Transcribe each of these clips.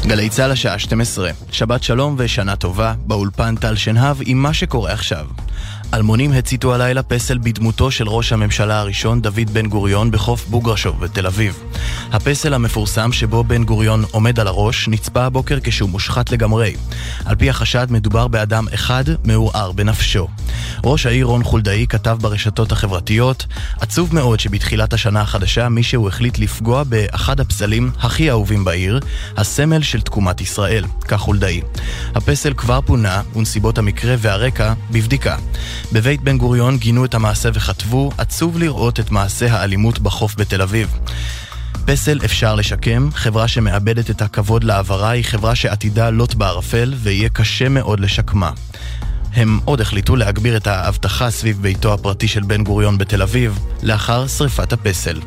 גלי צהל השעה 12, שבת שלום ושנה טובה, באולפן טל שנהב עם מה שקורה עכשיו. אלמונים הציתו הלילה פסל בדמותו של ראש הממשלה הראשון דוד בן גוריון בחוף בוגרשוב בתל אביב. הפסל המפורסם שבו בן גוריון עומד על הראש נצפה הבוקר כשהוא מושחת לגמרי. על פי החשד מדובר באדם אחד מעורער בנפשו. ראש העיר רון חולדאי כתב ברשתות החברתיות: עצוב מאוד שבתחילת השנה החדשה מישהו החליט לפגוע באחד הפסלים הכי אהובים בעיר, הסמל של תקומת ישראל, כך חולדאי. הפסל כבר פונה ונסיבות המקרה והרקע בבדיקה. בבית בן גוריון גינו את המעשה וכתבו: עצוב לראות את מעשה האלימות בחוף בתל אביב. פסל אפשר לשקם, חברה שמאבדת את הכבוד לעברה היא חברה שעתידה לוט בערפל ויהיה קשה מאוד לשקמה. הם עוד החליטו להגביר את האבטחה סביב ביתו הפרטי של בן גוריון בתל אביב לאחר שריפת הפסל.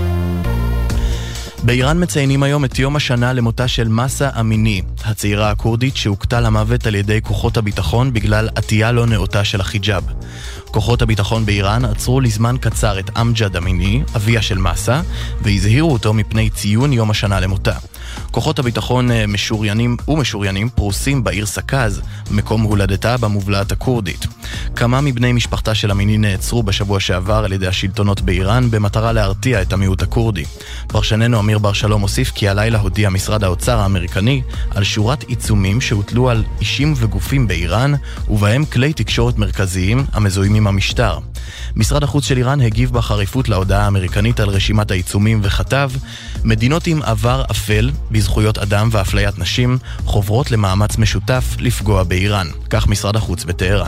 באיראן מציינים היום את יום השנה למותה של מסה אמיני, הצעירה הקורדית שהוקטה למוות על ידי כוחות הביטחון בגלל עטייה לא נאותה של החיג'אב. כוחות הביטחון באיראן עצרו לזמן קצר את אמג'ד אמיני, אביה של מסה, והזהירו אותו מפני ציון יום השנה למותה. כוחות הביטחון משוריינים פרוסים בעיר סקאז, מקום הולדתה במובלעת הקורדית. כמה מבני משפחתה של אמיני נעצרו בשבוע שעבר על ידי השלטונות באיראן במטרה להרתיע את המיעוט הקורדי. פרשננו אמיר בר שלום הוסיף כי הלילה הודיע משרד האוצר האמריקני על שורת עיצומים שהוטלו על אישים וגופים באיראן, ובהם כלי תקשורת מרכזיים המזוהים עם המשטר. משרד החוץ של איראן הגיב בחריפות להודעה האמריקנית על רשימת העיצומים וכתב: מדינות עם עבר אפל בזכויות אדם ואפליית נשים חוברות למאמץ משותף לפגוע באיראן, כך משרד החוץ בטהרן.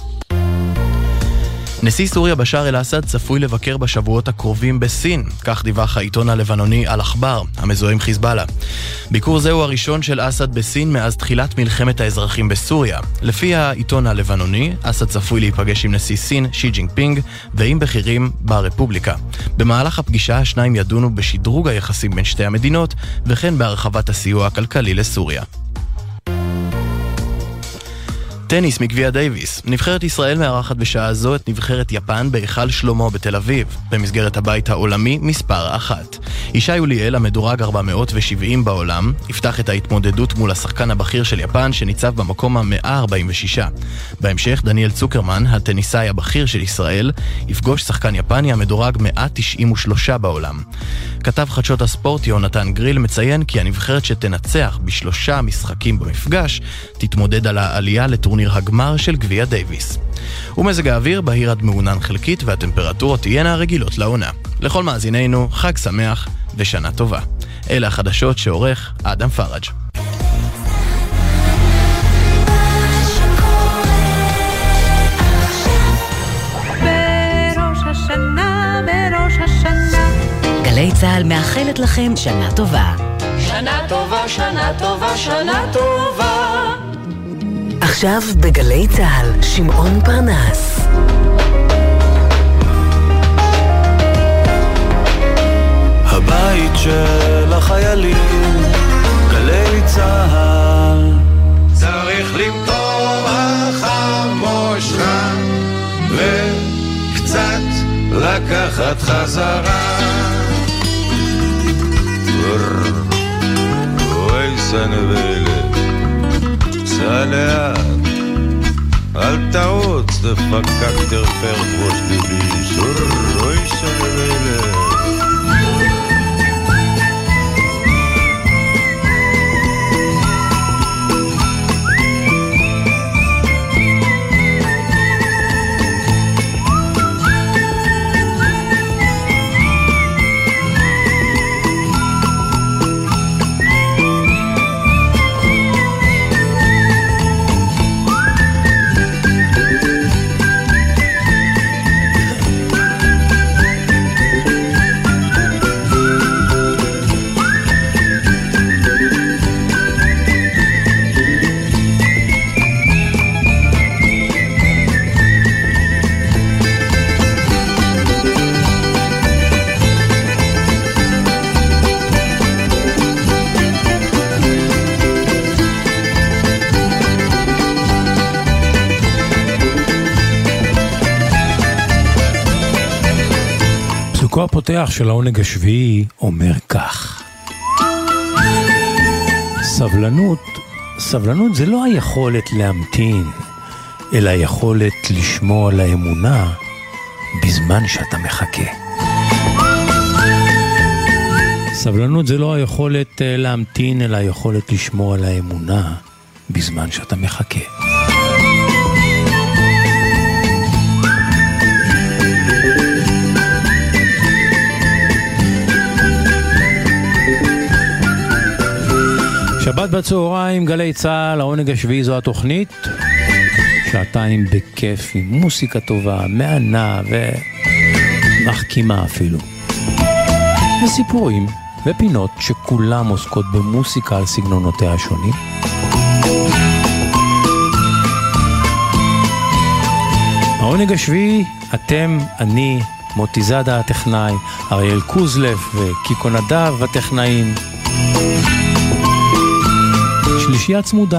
נשיא סוריה בשאר אל-אסד צפוי לבקר בשבועות הקרובים בסין, כך דיווח העיתון הלבנוני אל-אחבר, המזוהה עם חיזבאללה. ביקור זהו הראשון של אסד בסין מאז תחילת מלחמת האזרחים בסוריה. לפי העיתון הלבנוני, אסד צפוי להיפגש עם נשיא סין, שי ג'ינפינג, ועם בכירים ברפובליקה. במהלך הפגישה השניים ידונו בשדרוג היחסים בין שתי המדינות, וכן בהרחבת הסיוע הכלכלי לסוריה. טניס מגביע דייביס. נבחרת ישראל מארחת בשעה זו את נבחרת יפן בהיכל שלמה בתל אביב, במסגרת הבית העולמי מספר 1. ישי אוליאל, המדורג 470 בעולם, יפתח את ההתמודדות מול השחקן הבכיר של יפן שניצב במקום ה-146. בהמשך, דניאל צוקרמן, הטניסאי הבכיר של ישראל, יפגוש שחקן יפני המדורג 193 בעולם. כתב חדשות הספורט יונתן גריל מציין כי הנבחרת שתנצח ב3 משחקים במפגש תתמודד על העלייה לטורניר הגמר של גביע דייביס. ומזג האוויר בהיר עד מעונן חלקית והטמפרטורות תהיינה רגילות לעונה. לכל מאזינינו חג שמח ושנה טובה. אלה החדשות שעורך אדם פראג'. גלי צהל מאחלת לכם שנה טובה. שנה טובה, שנה טובה, שנה טובה. עכשיו בגלי צהל, שמעון פרנס. הבית של החיילים, גלי צהל. צריך למתוח המושכה וקצת לקחת חזרה. אוי סנבלת, סע לאט, אל תעוץ, דפקק תרפר ראש ליבי. אוי סנבלת. פסוקו הפותח של העונג השביעי אומר כך: סבלנות זה לא היכולת להמתין, אלא היכולת לשמור על האמונה בזמן שאתה מחכה. סבלנות זה לא היכולת להמתין, אלא היכולת לשמור על האמונה בזמן שאתה מחכה. שבת בצהריים, גלי צהל, העונג השביעי זו התוכנית. שעתיים בכיף עם מוסיקה טובה, מענה ומחכימה אפילו. וסיפורים ופינות שכולם עוסקות במוסיקה על סגנונותיה השונים. העונג השביעי, אתם, אני, מוטי זאדה הטכנאי, אריאל קוזלף וקיקו נדב הטכנאים. שלישייה צמודה.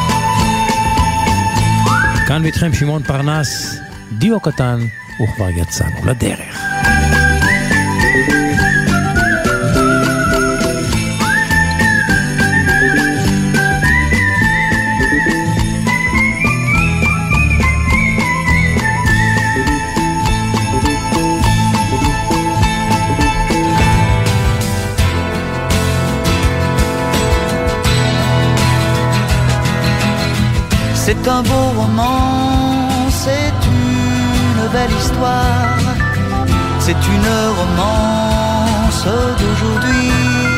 כאן ואיתכם שמעון פרנס, דיו קטן, וכבר יצאנו לדרך. C'est un beau roman, c'est une belle histoire, c'est une romance d'aujourd'hui.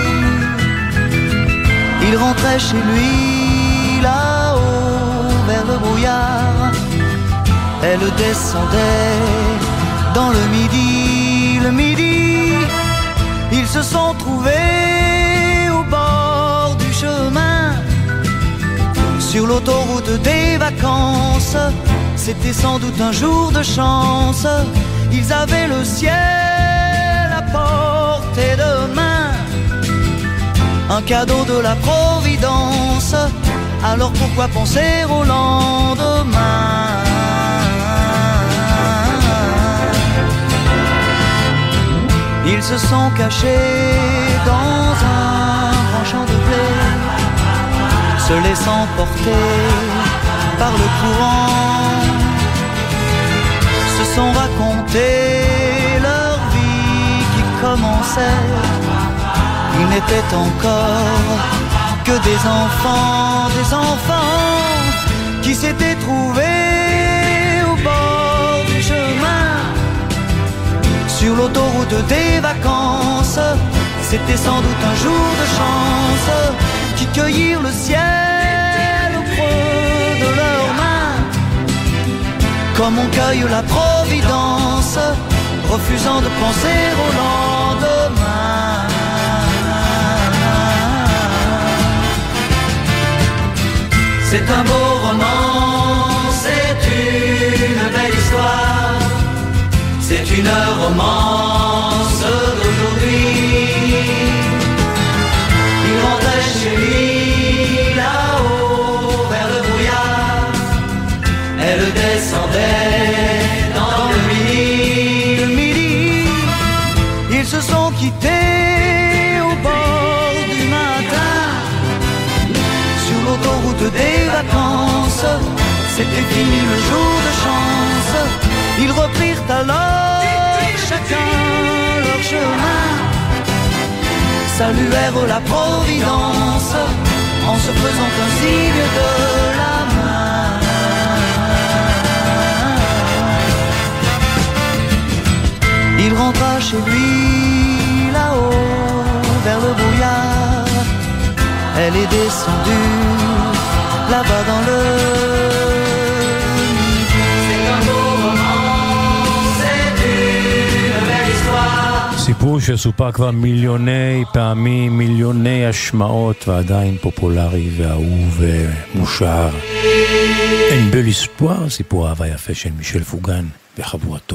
Il rentrait chez lui là-haut vers le brouillard, elle descendait dans le midi, ils se sont trouvés au bord du chemin. Sur l'autoroute des vacances, c'était sans doute un jour de chance. Ils avaient le ciel à portée de main, un cadeau de la Providence. Alors pourquoi penser au lendemain? Ils se sont cachés dans un grand champ de blé, se laissant porter par le courant, se sont raconté leur vie qui commençait. Ils n'étaient encore que des enfants qui s'étaient trouvés au bord du chemin. Sur l'autoroute des vacances, c'était sans doute un jour de chance, qui cueillirent le ciel au creux de leurs mains, comme on cueille la providence, refusant de penser au lendemain. C'est un beau roman, c'est une belle histoire, c'est une romance d'aujourd'hui. Il rentrait chez lui là-haut vers le brouillard, elle descendait dans le midi. Ils se sont quittés au bord du matin, sur l'autoroute des vacances. C'était fini le jour de chance. Ils reprirent alors chacun leur chemin, saluèrent la providence en se faisant un signe de la main. Il rentra chez lui là-haut vers le brouillard, elle est descendue là-bas dans le סיפור שסופר כבר מיליוני פעמים, מיליוני השמעות, ועדיין פופולרי ואהוב ומושר. אין בל היסטואר, סיפור אהבה יפה של מישל פוגן וחבורתו.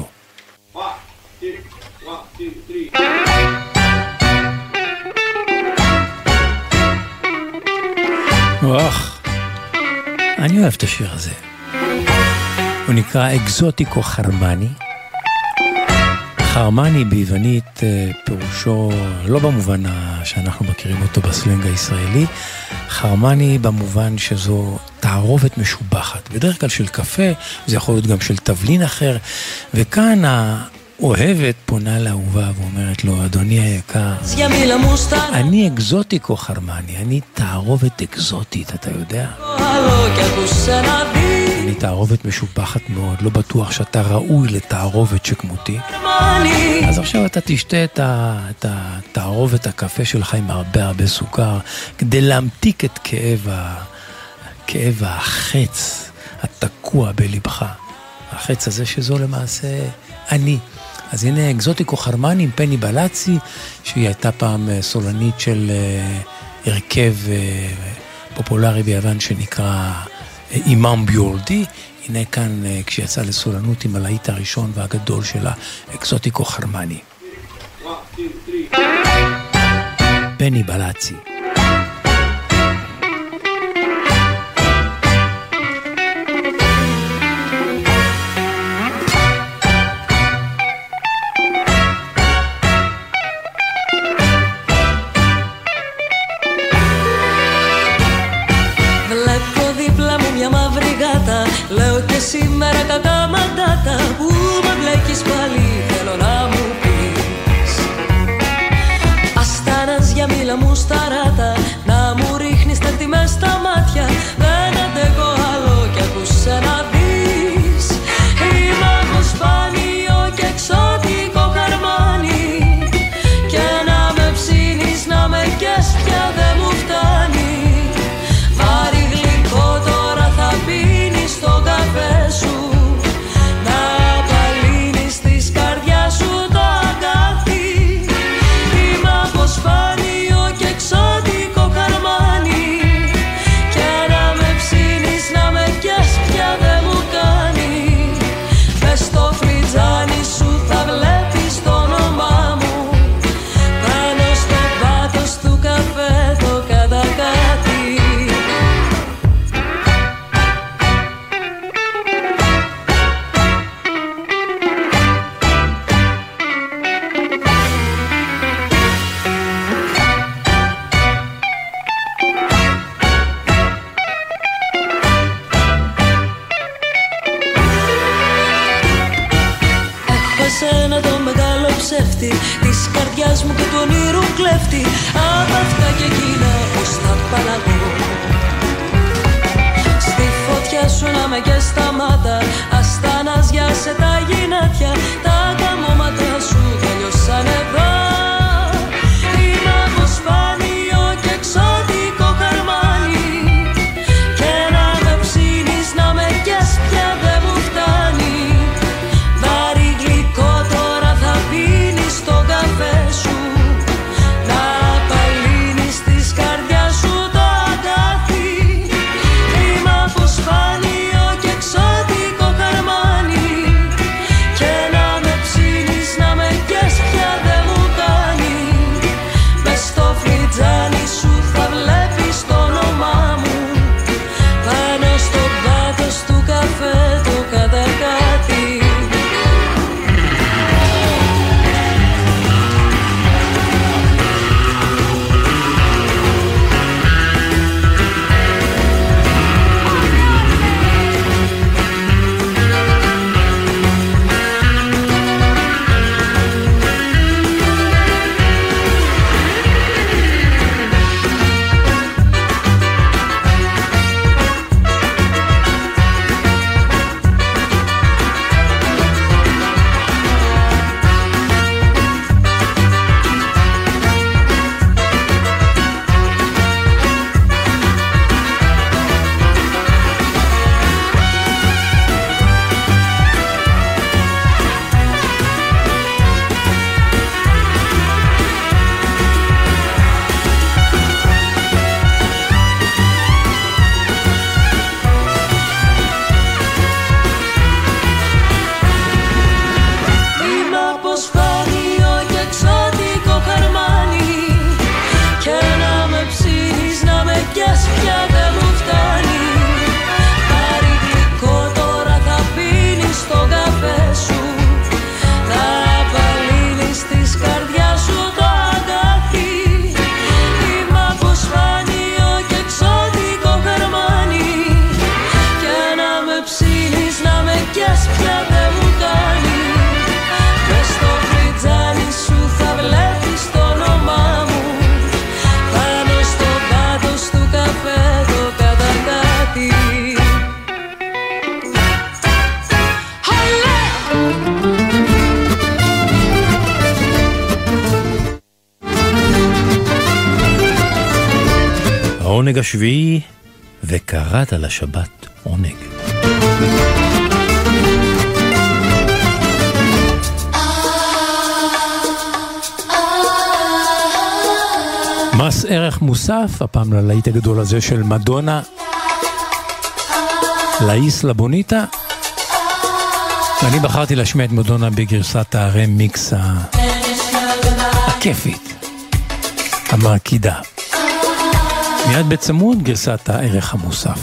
אני אוהב את השיר הזה. הוא נקרא אקזוטיקו חרמני. חרמני ביוונית פירושו לא במובן שאנחנו מכירים אותו בסלנג הישראלי, חרמני במובן שזו תערובת משובחת, בדרך כלל של קפה, זה יכול להיות גם של תבלין אחר, וכאן האוהבת פונה לאהובה ואומרת לו, אדוני היקר, אני אקזוטיקו חרמני, אני תערובת אקזוטית, אתה יודע? אני תערובת משובחת מאוד, לא בטוח שאתה ראוי לתערובת שכמותי. אז עכשיו אתה תשתה את התערובת הקפה שלך עם הרבה סוכר, כדי להמתיק את כאב החץ התקוע בלבך. החץ הזה שזו למעשה אני. אז הנה אקזוטיקו חרמני עם פני בלאצי, שהיא הייתה פעם סולנית של הרכב פופולרי ביוון שנקרא אימאם ביורדי. הנה כאן כשיצא לסולנות עם הלהיט הראשון והגדול שלה, אקזוטיקו חרמני. פני בלאצי. Λέω και σήμερα κατά μαντάτα που με μπλέκεις πάλι, θέλω να μου πεις Αστάνας για μίλα μου σταράτα, να μου ρίχνεις τα τιμές στα μάτια. Δεν αντέχω άλλο κι ακούσε να δεις. Είμαι από σπάνιο και εξώτικο χαρμάνι, και να με ψήνεις να με κες πια δεν μου φτάνει. Βάρη γλυκό τώρα θα πίνεις στο καφέ σου, να απαλύνεις της καρδιάς σου το αγκάθι. Είμαι από σπάνιο και εξώτικο χαρμάνι, και να με ψήνεις να με κες πια δεν μου κάνει. Μες στο φλιτζάνι σου θα βλέπεις το όνομά μου, πάνω στο πάτος του καφέ το κατακάτι. Εσένα το μεγάλο ψεύτη της καρδιάς μου και του όνειρου κλέφτη, απ' αυτά και εκείνα πως θα παλαγώ. Στη φωτιά σου να με και στα μάτα, ασταναζιάσε τα γυνάτια, τα καμώματα σου τελειώσαν εδώ. Είμαι από σπάνιο και εξώτικο χαρμάνι, και να με ψήνεις να με κες πια δεν μου φτάνει. Βάρη γλυκό τώρα θα πίνεις στο καφέ σου, να απαλύνεις της καρδιάς σου το העונג השביעי, וקראת לשבת עונג. מס ערך מוסף, הפעם ללהיט הגדול הזה של מדונה, לאיסלה בוניטה. ואני בחרתי להשמיע את מדונה בגרסת הרמיקס הכיפית, המרקידה. מיד בצמוד גרסת הערך המוסף.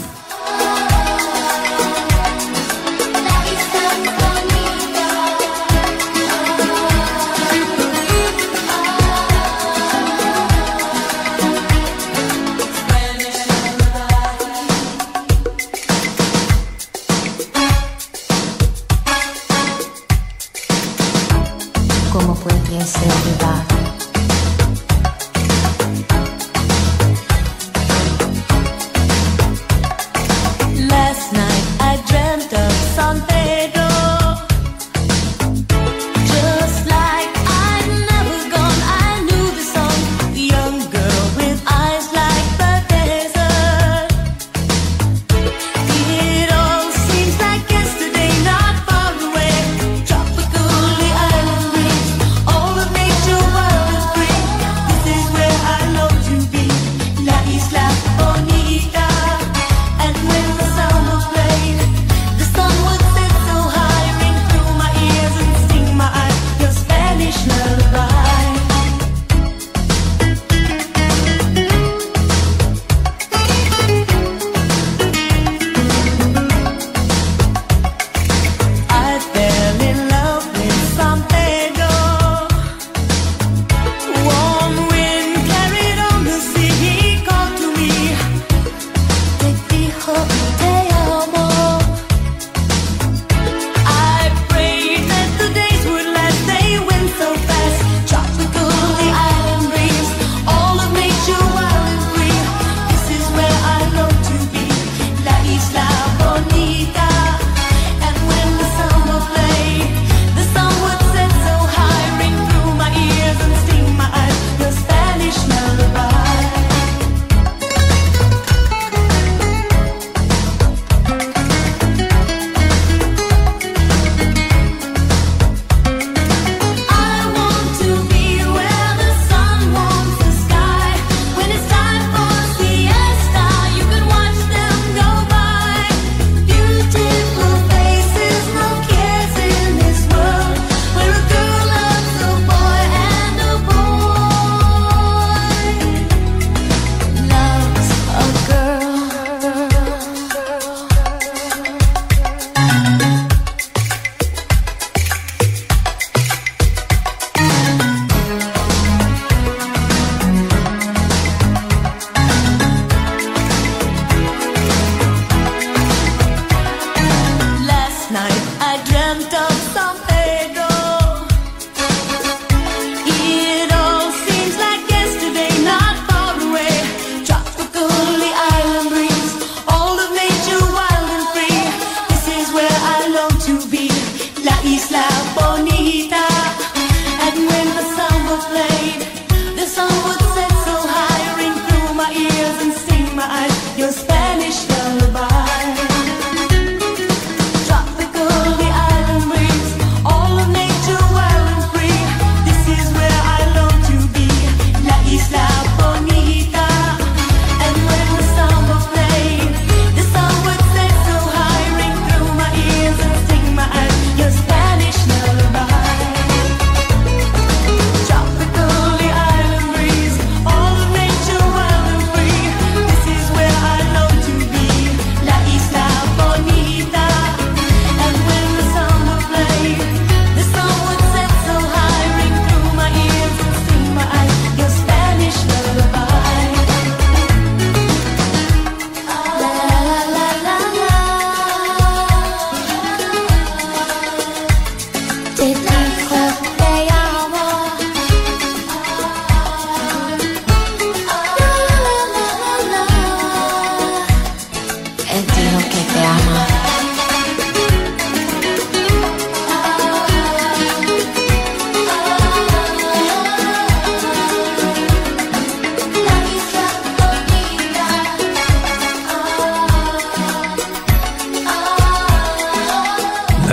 I love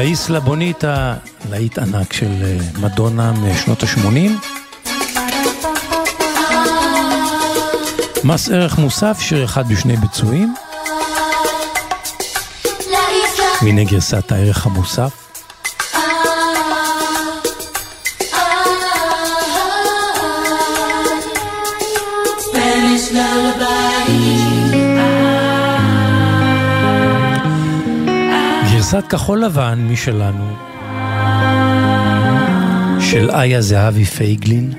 לאיסלה בוניטה, להיט ענק של מדונה משנות ה-80. מס ערך מוסף, שיר אחד בשני ביצועים. והנה גרסת הערך המוסף. גרסת כחול לבן משלנו, של איה זהבי פייגלין,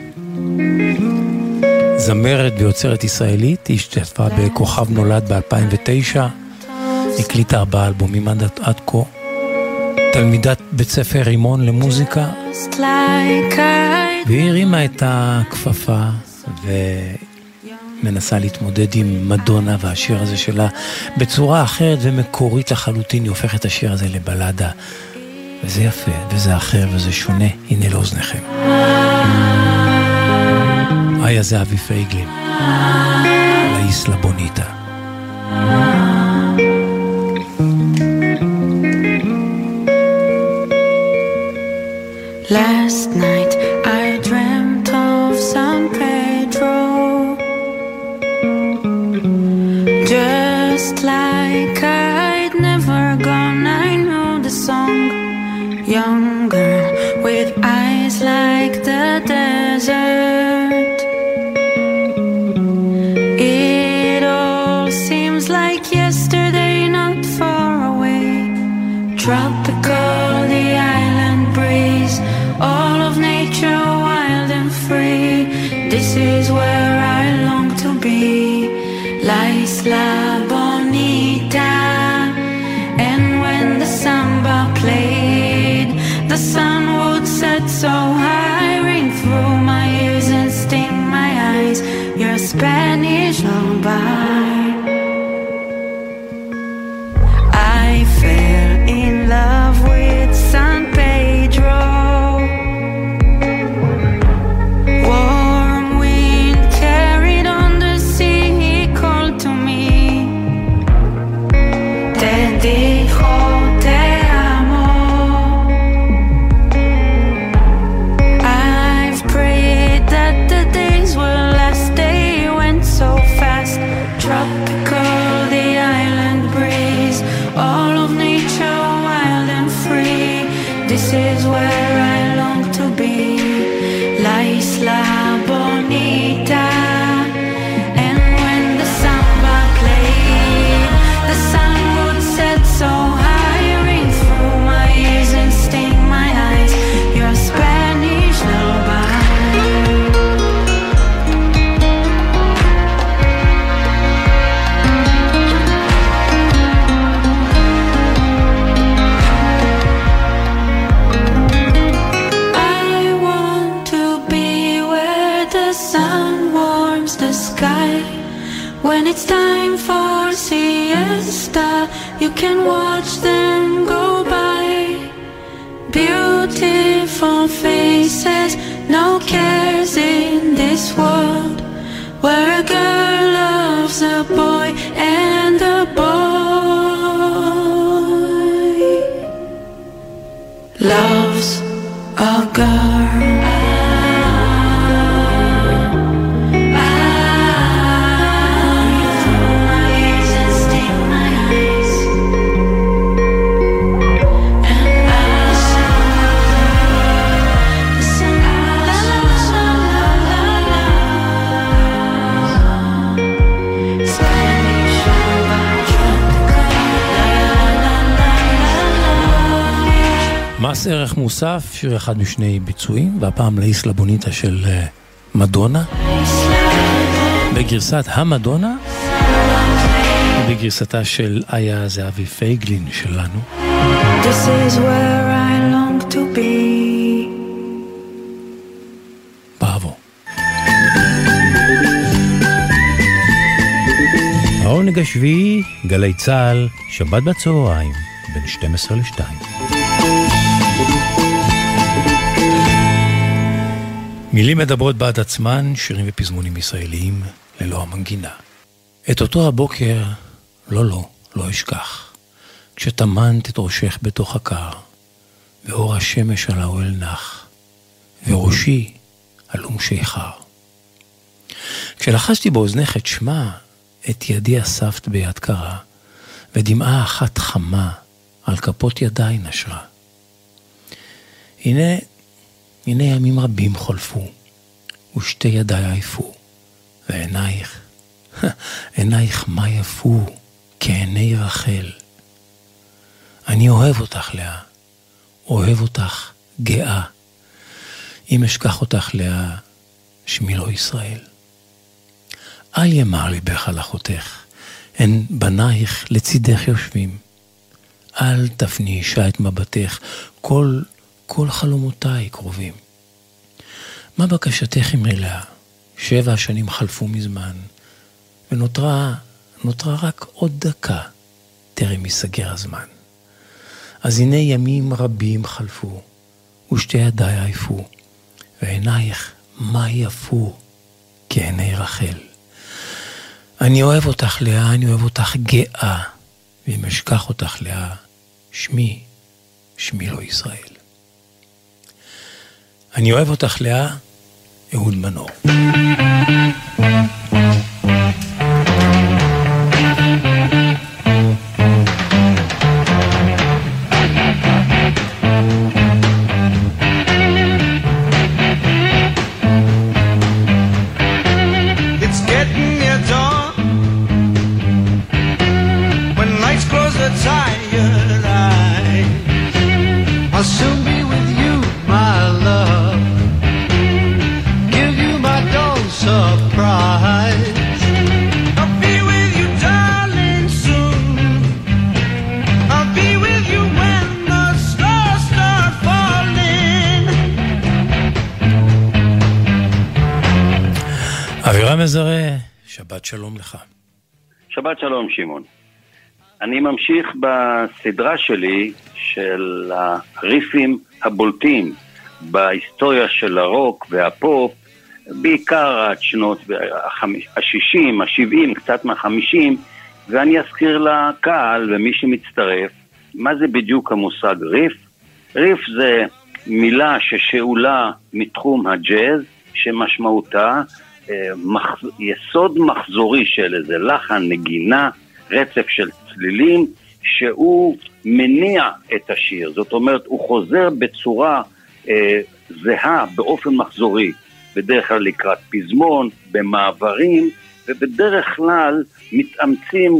זמרת ויוצרת ישראלית. היא השתתפה בכוכב נולד ב-2009, הקליטה 4 אלבומים עד כה, תלמידת בית ספר רימון למוזיקה, והיא הרימה את הכפפה ומנסה להתמודד עם מדונה והשיר הזה שלה בצורה אחרת ומקורית לחלוטין. היא הופכת את השיר הזה לבלדה, וזה יפה וזה אחר וזה שונה. הנה לאוזניכם איה זהבי פייגלין, לאיסלה בוניטה. Last night I dreamt of San Pedro, just like I'd never gone. I knew the song, young girl with eyes like the desert. It all seems like yesterday, not far away. Tropical, the island breeze, all of nature wild and free. This is where I long to be, La Isla Bonita. And when the samba played, the sun would set so high, ring through my ears and sting my eyes. Your Spanish lullaby. I fell in love with San Pedro. Warm wind carried on the sea, he called to me. Te dijo te amo. I've prayed that the days will last, they went so fast. Tropical, the island breeze, all of nature wild and free. This is where I long to be, La Isla Bonita. And when the samba played, the sun would set so high, ring through my ears and sting my eyes. Your Spanish lullaby. I want to be where the sun warms the sky. When it's time for siesta, you can watch them go by. Beautiful faces, no cares in this world, where a girl loves a boy and a boy loves a girl. מס ערך מוסף, שיר אחד משני ביצועים, והפעם לאיסלה בוניטה של מדונה, בגרסת המדונה, ובגרסתה של איה זהבי פייגלין שלנו. This is where I long to be. בראבו. העונג השביעי, גלי צהל, שבת בצהריים, בין 12 ל-2. מילים מדברות בעד עצמן, שירים ופזמונים ישראליים ללא המנגינה. את אותו הבוקר, לא אשכח. כשטמנת את ראשך בתוך הקר, ואור השמש על האוהל נח, וראשי הלום שיכר. כשלחשתי באוזנך את שמה, את ידי אספת ביד קרה, ודמעה אחת חמה על כפות ידיי נשרה. הנה ימים רבים חולפו, ושתי ידיי עייפו, ועינייך, עינייך מה יפו, כעיני רחל. אני אוהב אותך לאה, אוהב אותך גאה, אם אשכח אותך לאה, שמי לא ישראל. אל ימר ליבך על אחותך, הן בנייך לצידך יושבים. אל תפני אישה את מבטך, כל חלומותיי קרובים. מה בקשתך אמרי לאה? 7 שנים חלפו מזמן, ונותרה רק עוד דקה, טרם ייסגר הזמן. אז הנה ימים רבים חלפו, ושתי ידיי עייפו, ועינייך מה יפו, כעיני רחל. אני אוהב אותך לאה, אני אוהב אותך גאה, ואם אשכח אותך לאה, שמי לא ישראל. אני אוהב אותך לאה, אהוד מנור. מזרה, שבת שלום לך. שבת שלום שמעון. אני ממשיך בסדרה שלי של הריפים הבולטים בהיסטוריה של הרוק והפופ, בעיקר עד שנות ה-60, ה-70, קצת מה-50, ואני אזכיר לקהל ומי שמצטרף, מה זה בדיוק המושג ריף? ריף זה מילה ששאולה מתחום הג'אז, שמשמעותה יסוד מחזורי של איזה לחן, נגינה, רצף של צלילים, שהוא מניע את השיר. זאת אומרת, הוא חוזר בצורה זהה באופן מחזורי, בדרך כלל לקראת פזמון, במעברים, ובדרך כלל מתאמצים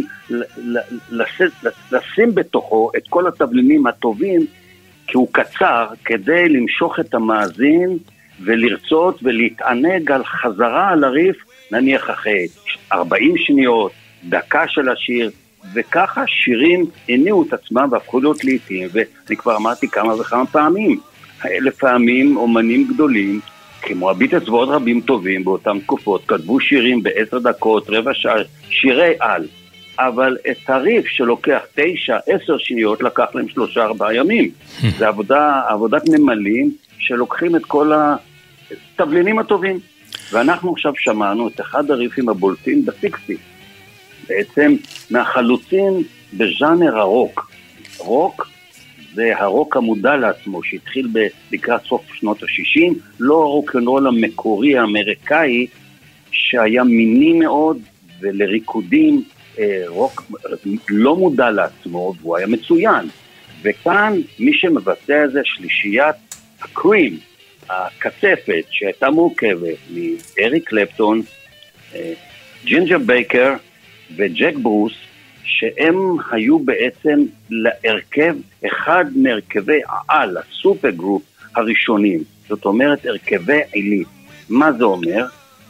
לשים בתוכו את כל התבלינים הטובים, כי הוא קצר, כדי למשוך את המאזין ולרצות ולהתענג על חזרה על הריף, נניח אחרי 40 שניות, דקה של השיר, וככה שירים הניעו את עצמם והפכו להיות לעיתים, ואני כבר אמרתי כמה וכמה פעמים, לפעמים אומנים גדולים, כמו הביטלס ועוד רבים טובים באותם תקופות, כתבו שירים ב10 דקות, רבע שעה, שירי על, אבל את הריף שלוקח 9-10 שניות לקח להם 3-4 ימים. זה עבודת נמלים שלוקחים את כל התבלינים הטובים. ואנחנו עכשיו שמענו את אחד הריפים הבולטים בסיקסטי, בעצם מהחלוצים בז'אנר הרוק. רוק זה הרוק המודע לעצמו, שהתחיל לקראת סוף שנות ה-60, לא הרוקנרול המקורי האמריקאי, שהיה מיני מאוד, ולריקודים רוק לא מודע לעצמו, והוא היה מצוין. וכאן מי שמבצע זה שלישיית הקרים, הקצפת, שהייתה מורכבת מאריק קלפטון, ג'ינג'ר בייקר וג'ק ברוס, שהם היו בעצם להרכב, אחד מהרכבי העל, הסופר גרופ הראשונים, זאת אומרת הרכבי עילית. מה זה אומר?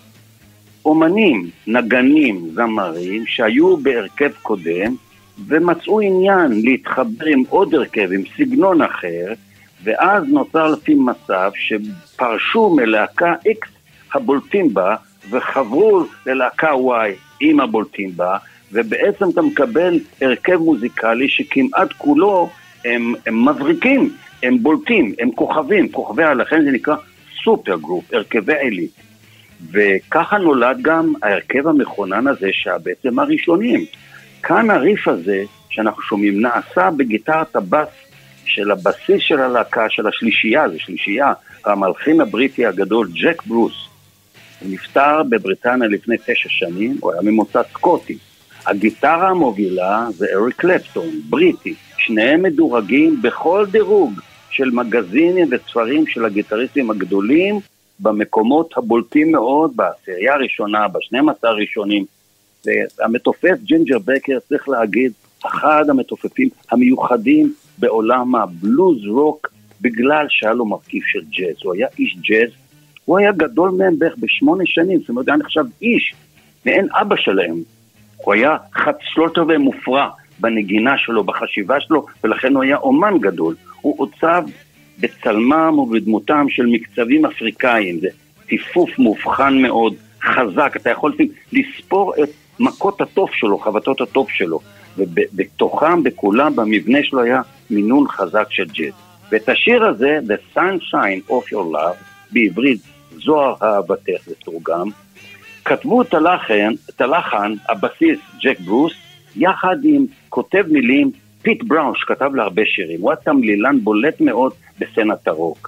אומנים, נגנים, זמרים שהיו בהרכב קודם ומצאו עניין להתחבר עם עוד הרכב, עם סגנון אחר, ואז נוצר לפי מצב שפרשו מלהקה X הבולטים בה וחברו ללהקה Y עם הבולטים בה, ובעצם אתה מקבל הרכב מוזיקלי שכמעט כולו הם מבריקים, הם בולטים, הם כוכבי לכן זה נקרא סופר גרופ, הרכבי עילית. וככה נולד גם ההרכב המכונן הזה שבעצם הראשונים. כאן הריף הזה שאנחנו שומעים נעשה בגיטרת הבאס של הבסיס של הלהקה, של השלישייה, זה שלישייה, המלחין הבריטי הגדול, ג'ק ברוס, הוא נפטר בבריטניה לפני 9 שנים, הוא היה ממוצא סקוטי. הגיטרה המובילה זה אריק קלפטון, בריטי, שניהם מדורגים בכל דירוג של מגזינים וספרים של הגיטריסטים הגדולים, במקומות הבולטים מאוד, בעשירייה הראשונה, ב12 הראשונים. והמתופף ג'ינג'ר בקר, צריך להגיד, אחד המתופפים המיוחדים בעולם הבלוז רוק, בגלל שהיה לו מרכיב של ג'אז. הוא היה איש ג'אז, הוא היה גדול מהם בערך ב8 שנים, זאת אומרת, היה נחשב איש, מעין אבא שלהם. הוא היה שלושת רבעי מופרע בנגינה שלו, בחשיבה שלו, ולכן הוא היה אומן גדול. הוא עוצב בצלמם ובדמותם של מקצבים אפריקאים, זה טיפוף מובחן מאוד, חזק, אתה יכול לספור את מכות הטוב שלו, חבטות הטוב שלו, ובתוכם, בכולם, במבנה שלו היה מינון חזק של ג'אז. ואת השיר הזה, The Sunshine of Your Love, בעברית זוהר אהבתך זה תורגם, כתבו את הלחן, הבסיס ג'ק ברוס, יחד עם כותב מילים פיט בראון, שכתב לה הרבה שירים. הוא היה תמלילן בולט מאוד בסצנת הרוק.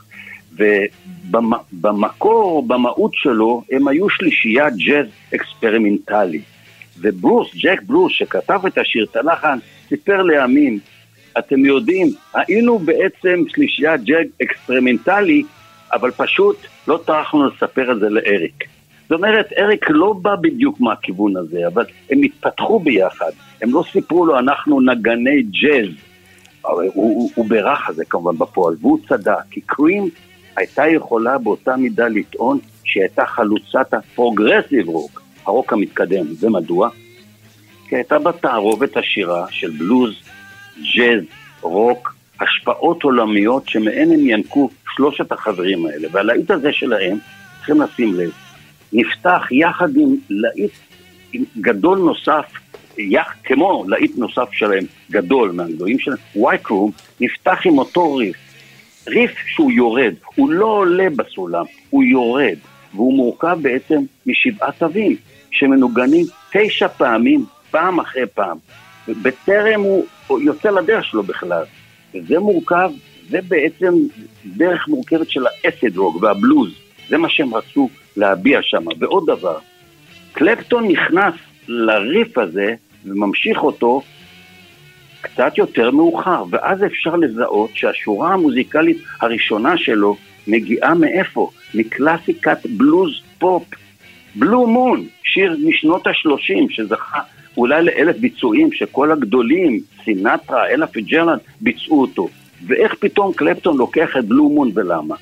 ובמקור, במהות שלו, הם היו שלישייה ג'אז אקספרימנטלי. וברוס, ג'ק ברוס, שכתב את השיר, את הלחן, סיפר לימים, אתם יודעים, היינו בעצם שלישייה ג'אז אקספרימנטלי, אבל פשוט לא טרחנו לספר את זה לאריק. זאת אומרת, אריק לא בא בדיוק מהכיוון הזה, אבל הם התפתחו ביחד. הם לא סיפרו לו, אנחנו נגני ג'אז. הוא ברח הזה כמובן בפועל, והוא צדק. כי קרים הייתה יכולה באותה מידה לטעון שהיא הייתה חלוצת הפרוגרסיב רוק, הרוק המתקדם. ומדוע? כי הייתה בתערובת השירה של בלוז, ג'אז, רוק, השפעות עולמיות שמהן הם ינקו 3 החברים האלה. והלהיט הזה שלהם, צריכים לשים לב, נפתח יחד עם להיט גדול נוסף, כמו להיט נוסף שלהם, גדול מהגדולים שלהם, White Room, נפתח עם אותו ריף שהוא יורד, הוא לא עולה בסולם, הוא יורד, והוא מורכב בעצם מ7 תווים, שמנוגנים 9 פעמים, פעם אחרי פעם, בטרם הוא יוצא לדרך שלו בכלל, וזה מורכב, זה בעצם דרך מורכבת של האסיד רוק והבלוז, זה מה שהם רצו להביע שם. ועוד דבר, קלפטון נכנס לריף הזה וממשיך אותו קצת יותר מאוחר, ואז אפשר לזהות שהשורה המוזיקלית הראשונה שלו מגיעה מאיפה? מקלאסיקת בלוז פופ, בלו מון, שיר משנות ה-30 שזכה אולי ל1,000 ביצועים שכל הגדולים, סינטרה, אלה פיג'רלנד, ביצעו אותו. ואיך פתאום קלפטון לוקח את בלו מון ולמה?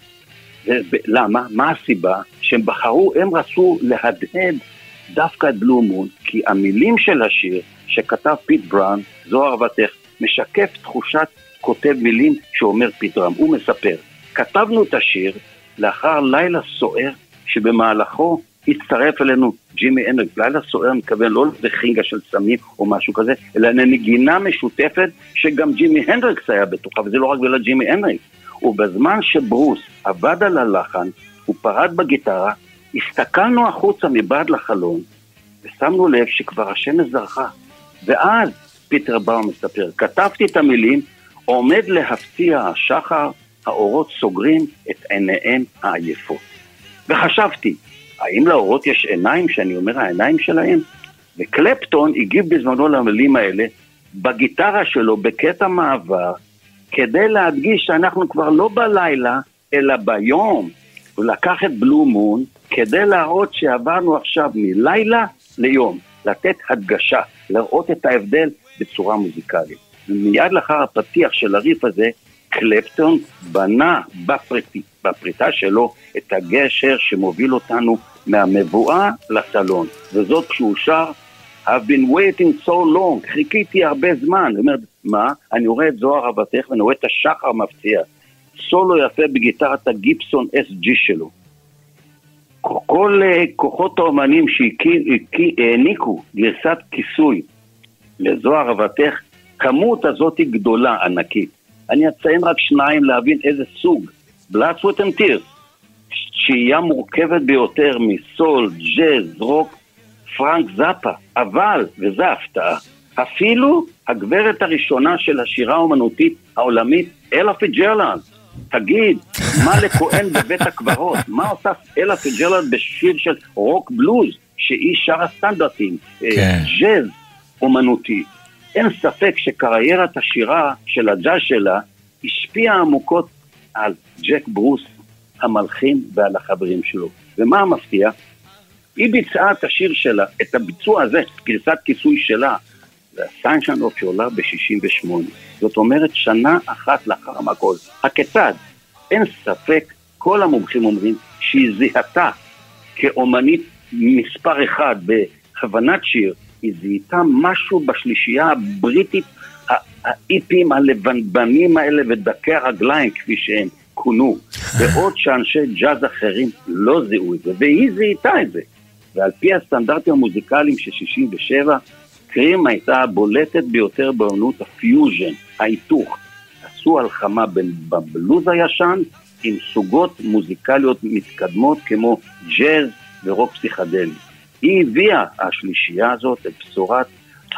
למה? מה הסיבה? שהם בחרו, הם רצו להדהד דווקא את בלו מון, כי המילים של השיר שכתב פיט בראון, זוהר אהבתך, משקף תחושת כותב מילים שאומר פיט בראון. הוא מספר, כתבנו את השיר לאחר לילה סוער שבמהלכו הצטרף אלינו ג'ימי הנדריקס. לילה סוער מתכוון לא לחינגה של סמים או משהו כזה, אלא לנגינה משותפת שגם ג'ימי הנדריקס היה בתוכה, וזה לא רק בגלל ג'ימי הנדריקס. ובזמן שברוס עבד על הלחן, הוא פרד בגיטרה, הסתכלנו החוצה מבעד לחלון, ושמנו לב שכבר השמש זרחה. ואז פיטר בראון מספר, כתבתי את המילים, עומד להפציע השחר, האורות סוגרים את עיניהם העייפות. וחשבתי, האם לאורות יש עיניים, שאני אומר העיניים שלהם? וקלפטון הגיב בזמנו למילים האלה, בגיטרה שלו, בקטע מעבר, כדי להדגיש שאנחנו כבר לא בלילה, אלא ביום. הוא לקח את בלו מון, כדי להראות שעברנו עכשיו מלילה ליום, לתת הדגשה, לראות את ההבדל בצורה מוזיקלית. ומיד לאחר הפתיח של הריף הזה, קלפטון בנה בפריטה שלו את הגשר שמוביל אותנו מהמבואה לסלון. וזאת כשהוא שר, I've been waiting so long, חיכיתי הרבה זמן. הוא אומר, מה? אני רואה את זוהר אהבתך ואני רואה את השחר מפציע. סולו יפה בגיטרת הגיפסון SG שלו. כל כוחות האומנים שהעניקו גרסת כיסוי לזוהר אהבתך, כמות הזאת היא גדולה, ענקית. אני אציין רק 2 להבין איזה סוג. Blood, Sweat and Tears, שהיא מורכבת ביותר מסול, ג'אז, רוק, פרנק זאפה, אבל, וזו ההפתעה, אפילו הגברת הראשונה של השירה האומנותית העולמית, אלה פיג'רלנד. תגיד, מה לכהן בבית הקברות? מה עושה אלה פיג'רלנד בשיר של רוק בלוז, שהיא שרה סטנדרטים, ג'אז אומנותי? אין ספק שקריירת השירה של הג'אז שלה השפיעה עמוקות על ג'ק ברוס המלחין ועל החברים שלו. ומה המפתיע? היא ביצעה את השיר שלה, את הביצוע הזה, גרסת כיסוי שלה, והסיינשן אוף שעולה ב-68. זאת אומרת, שנה אחת לאחר המקול. הכיצד? אין ספק, כל המומחים אומרים שהיא זיהתה כאומנית מספר אחד בכוונת שיר, היא זיהתה משהו בשלישייה הבריטית, האיפים הלבנבנים האלה ודקי הרגליים כפי שהם כונו, בעוד שאנשי ג'אז אחרים לא זיהו את זה, והיא זיהתה את זה. ועל פי הסטנדרטים המוזיקליים של 67, קרים הייתה הבולטת ביותר באמנות הפיוז'ן, ההיתוך. עשו הלחמה בין בבלוז הישן עם סוגות מוזיקליות מתקדמות כמו ג'אז ורוק פסיכדלי. היא הביאה השלישייה הזאת את בשורת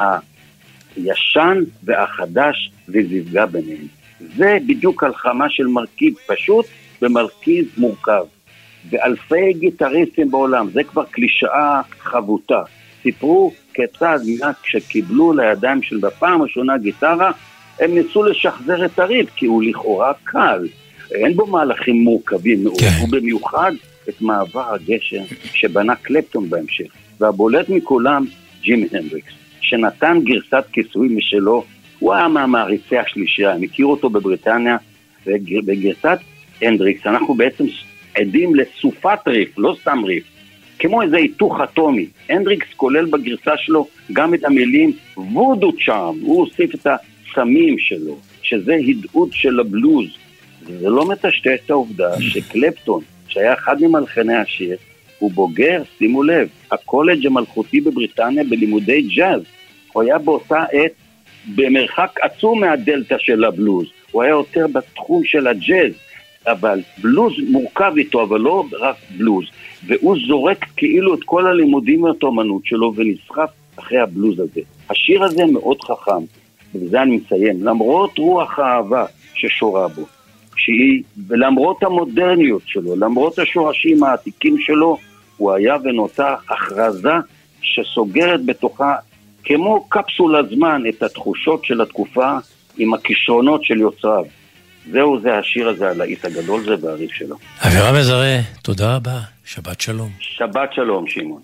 הישן והחדש וזיווגה ביניהם. זה בדיוק הלחמה של מרכיב פשוט ומרכיב מורכב. ואלפי גיטריסטים בעולם, זה כבר קלישאה חבוטה. סיפרו כיצד כשקיבלו לידיים של בפעם הראשונה גיטרה, הם ניסו לשחזר את הריף, כי הוא לכאורה קל. אין בו מהלכים מורכבים מאוד, ובמיוחד את מעבר הגשר שבנה קלפטון בהמשך. והבולט מכולם, ג'ים הנדריקס, שנתן גרסת כיסוי משלו, הוא היה מהמעריצי השלישייה, הם הכירו אותו בבריטניה, ובגרסת הנדריקס אנחנו בעצם עדים לסופת ריף, לא סתם ריף, כמו איזה היתוך אטומי. הנדריקס כולל בגרסה שלו גם את המילים וודו צ'ארם, הוא הוסיף את הסמים שלו, שזה הדעות של הבלוז. זה לא מטשטש את העובדה שקלפטון, שהיה אחד ממלחני השיר, הוא בוגר, שימו לב, הקולג' המלכותי בבריטניה בלימודי ג'אז. הוא היה באותה עת במרחק עצום מהדלטה של הבלוז, הוא היה יותר בתחום של הג'אז, אבל בלוז מורכב איתו, אבל לא רק בלוז, והוא זורק כאילו את כל הלימודים והתאמנות שלו ונסחף אחרי הבלוז הזה. השיר הזה מאוד חכם, ובזה אני מסיים, למרות רוח האהבה ששורה בו, ולמרות המודרניות שלו, למרות השורשים העתיקים שלו, הוא היה ונותר הכרזה שסוגרת בתוכה כמו קפסולה זמן את התחושות של התקופה עם הכישרונות של יוצריו. זהו זה השיר הזה, הלהיט הגדול זה והריף שלו. אבירם מזרה, תודה רבה, שבת שלום. שבת שלום, שמעון.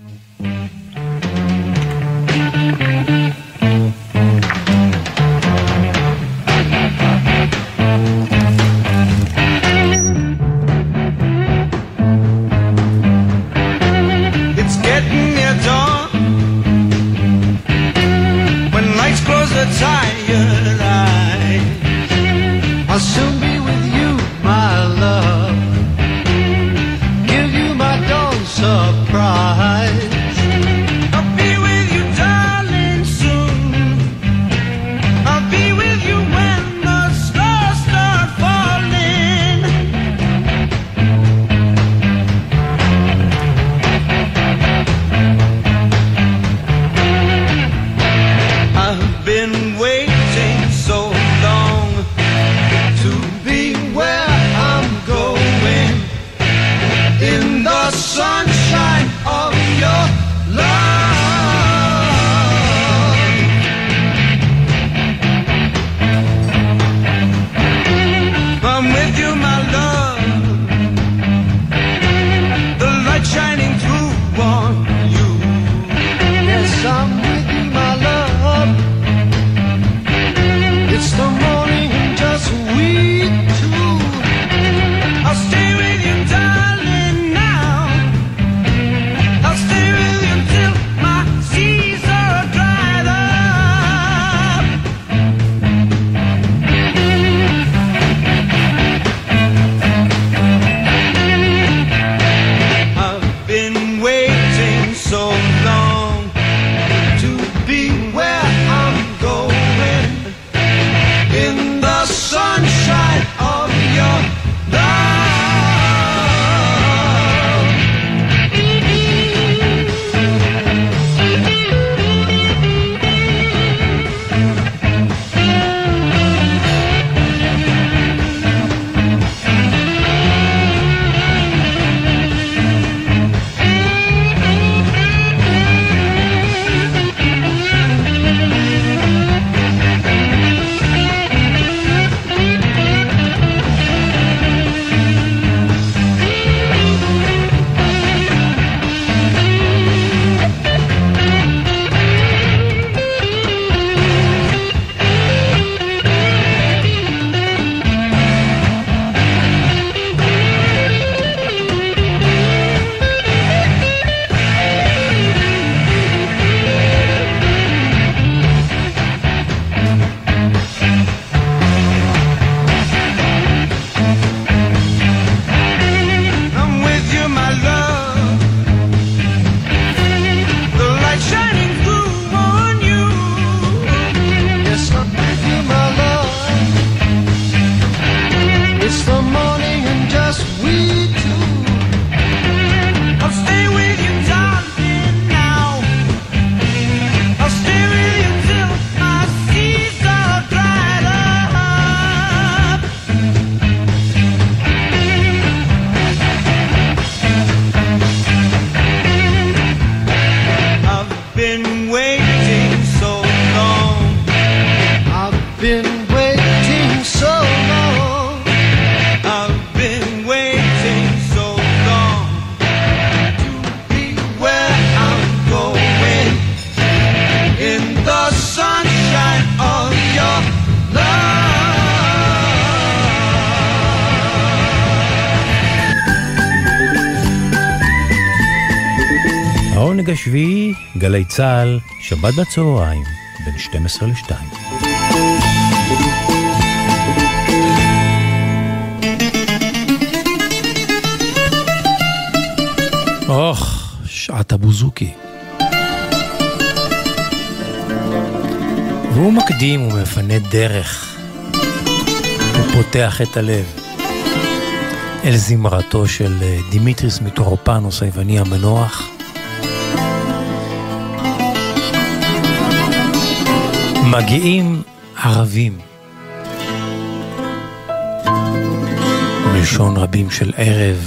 It's getting near dawn, when nights close the tired eyes, I'll soon be with you, my love, give you my dawn surprise. I'll be with you, darling, soon. I'll be with you when the stars start falling. I've been waiting so long to be העונג השביעי, גלי צהל, שבת בצהריים, בין 12 ל-2. שעת הבוזוקי. והוא מקדים ומפנה דרך. הוא פותח את הלב אל זמרתו של דימיטריס מיטרופנוס היווני המנוח. מגיעים ערבים, מלשון רבים של ערב.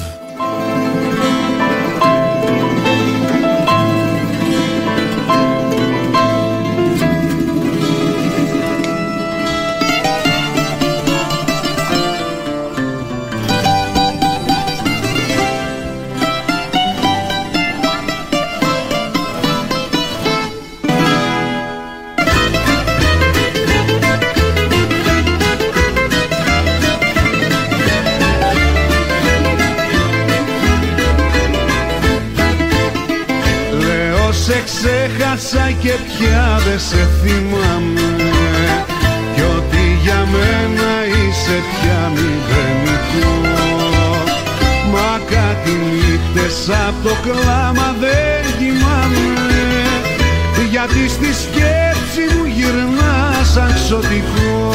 Ξέχασα και πια δεν σε θυμάμαι κι ότι για μένα είσαι πια μηδενικό. Μα κάτι νύχτες απ' το κλάμα δεν κοιμάμαι, γιατί στη σκέψη μου γυρνά σαν ξωτικό.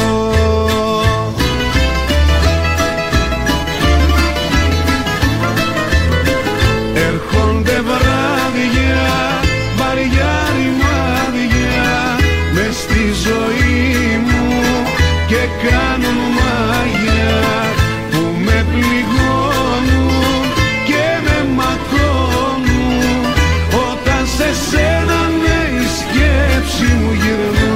Έρχονται βράδια, βαριά ρημάδια μες στη ζωή μου και κάνουν μάγια που με πληγώνουν και με ματώνουν, όταν σε σένα ναι η σκέψη μου γυρνά.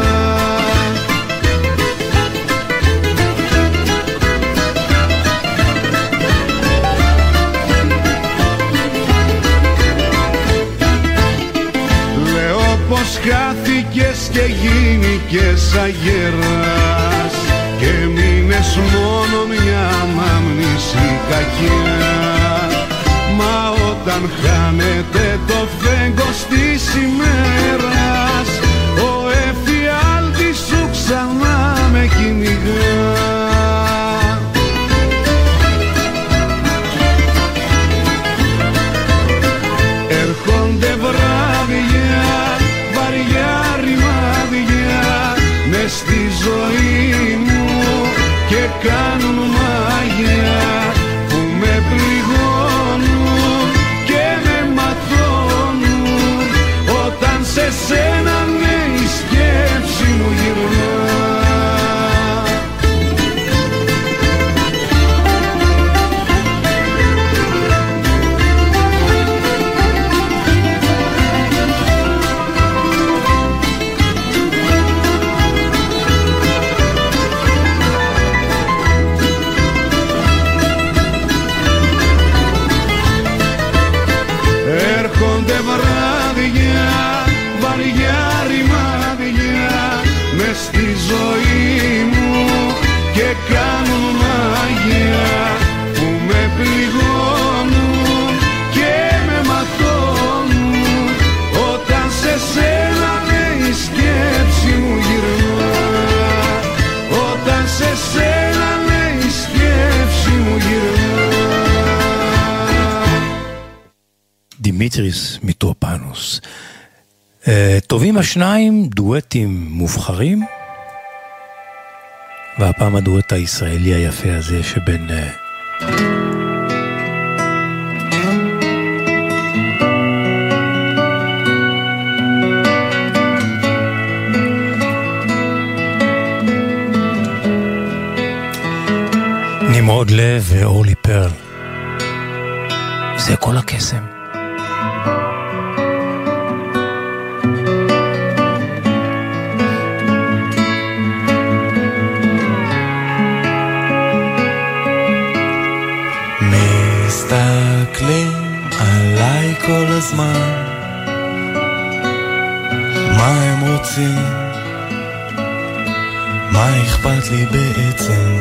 Χάθηκες και γίνηκες αγέρας και μείνες μόνο μια μάμνηση κακιά. Μα όταν χάνεται το φέγγος της ημέρας, ο εφιάλτης σου ξανά με κυνηγά. Έρχονται βράδια, βαριά ρημάδια μες στη ζωή μου και κάνουν μάγια που με πληγώνουν και με ματώνουν, όταν σε σένα ναι η σκέψη μου γυρνά. Στη ζωή μου και κάνουν μάγια που με πληγώνουν και με ματώνουν, όταν σε σένα ναι η σκέψη μου γυρνά. Όταν σε σένα ναι η σκέψη μου γυρνά. דימיטריס מיטרופנוס. טובים השניים, דואטים מובחרים, והפעם הדואט הישראלי היפה הזה שבין נמרוד לב ואורלי פרל. זה כל הקסם. מסתכלים עליי כל הזמן, מה הם רוצים, מה אכפת לי בעצם,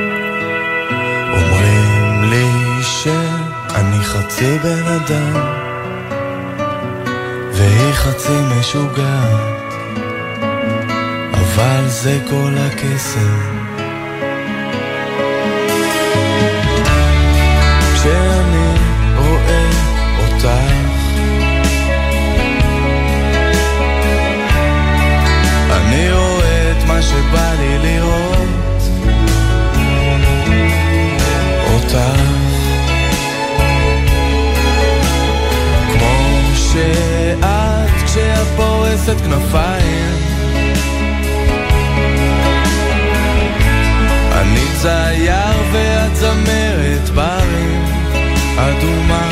אומרים לי שאני חצי בן אדם, והיא חצי משוגעת, אבל זה כל הקסם. כשאני רואה אותך אני רואה את מה שבא לי לראות אותך, כמו שאת כשאת פורסת כנפיים, אני צייר ואת זמרת ברים אדומה,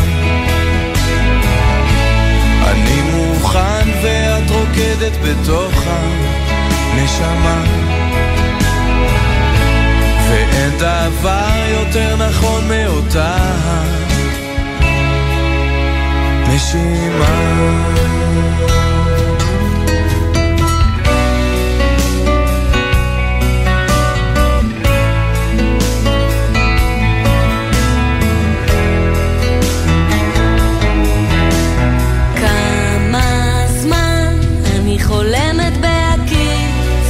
אני מוכן ואת רוקדת בתוך הנשמה, ואין דבר יותר נכון מאותה נשימה. חולמת בהקיץ,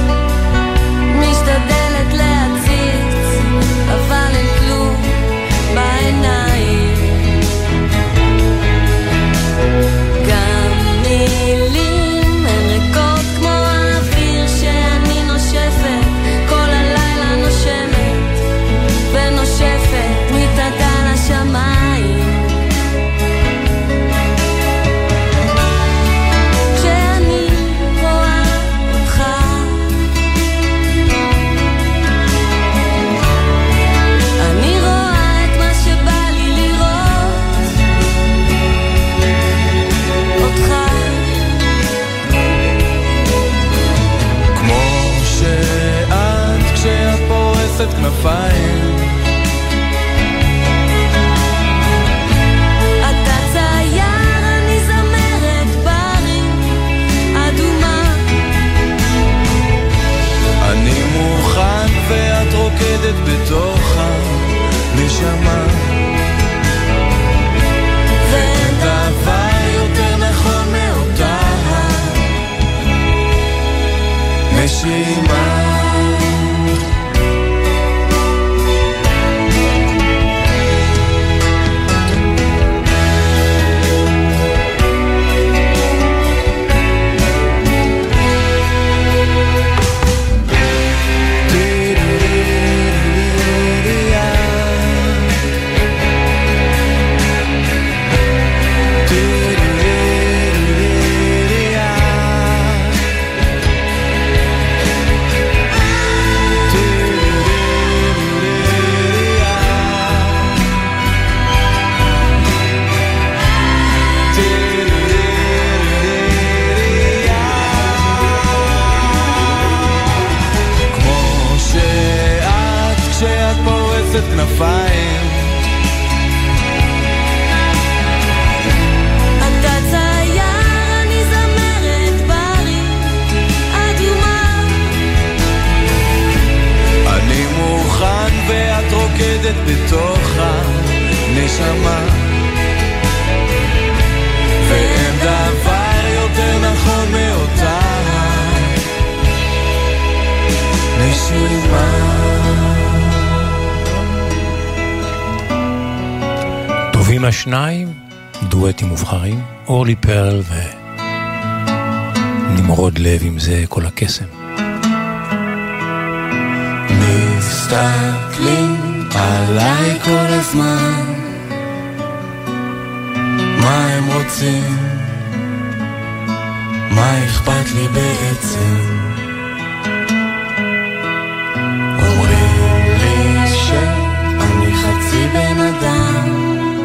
משתדלת להציץ, אבל אין כלום בעיניים, גם מילים הן ריקות כמו האוויר שאני נושפת, כל הלילה נושמת ונושפת מתחת לשמיים. פורסת כנפיים, אתה צייר, אני זמרת ברים אדומה, אני מוכן ואת רוקדת בתוך הנשמה, ואין דבר יותר נכון מאותה נשימה. כנפיים, אתה צייר, אני זמרת ברים אדומה, אני מוכן ואת רוקדת בתוך הנשמה, ואין דבר יותר נכון מאותה נשימה. טובים השניים, דואטים מובחרים, אורלי פרל ונמרוד לב, עם זה כל הקסם. מסתכלים עליי כל הזמן, מה הם רוצים, מה אכפת לי בעצם, אומרים לי שאני חצי בן אדם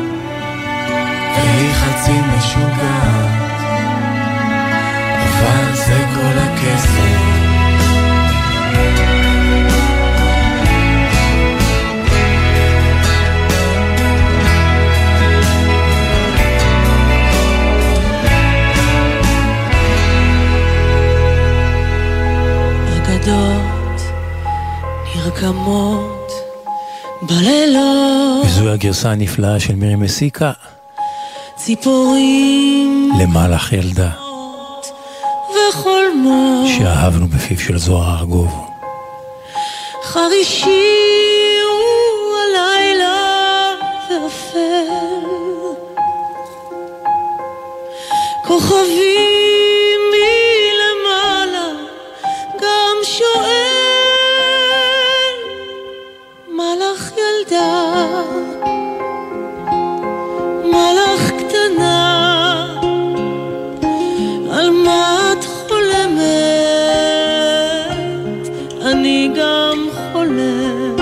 והיא חצי משוגעת, אבל זה כל הקסם. אגדות נרקמות בלילות, וזו הגרסה הנפלאה של מירי מסיקה, ציפורים למלאך ילדה וחולמות שאהבנו בפיו של זוהר ארגוב. חרישי הוא הלילה ואפל, כוכבים מלמעלה גם שואל, מלאך ילדה, מלאך קטנה, על מה את חולמת? אני גם חולם.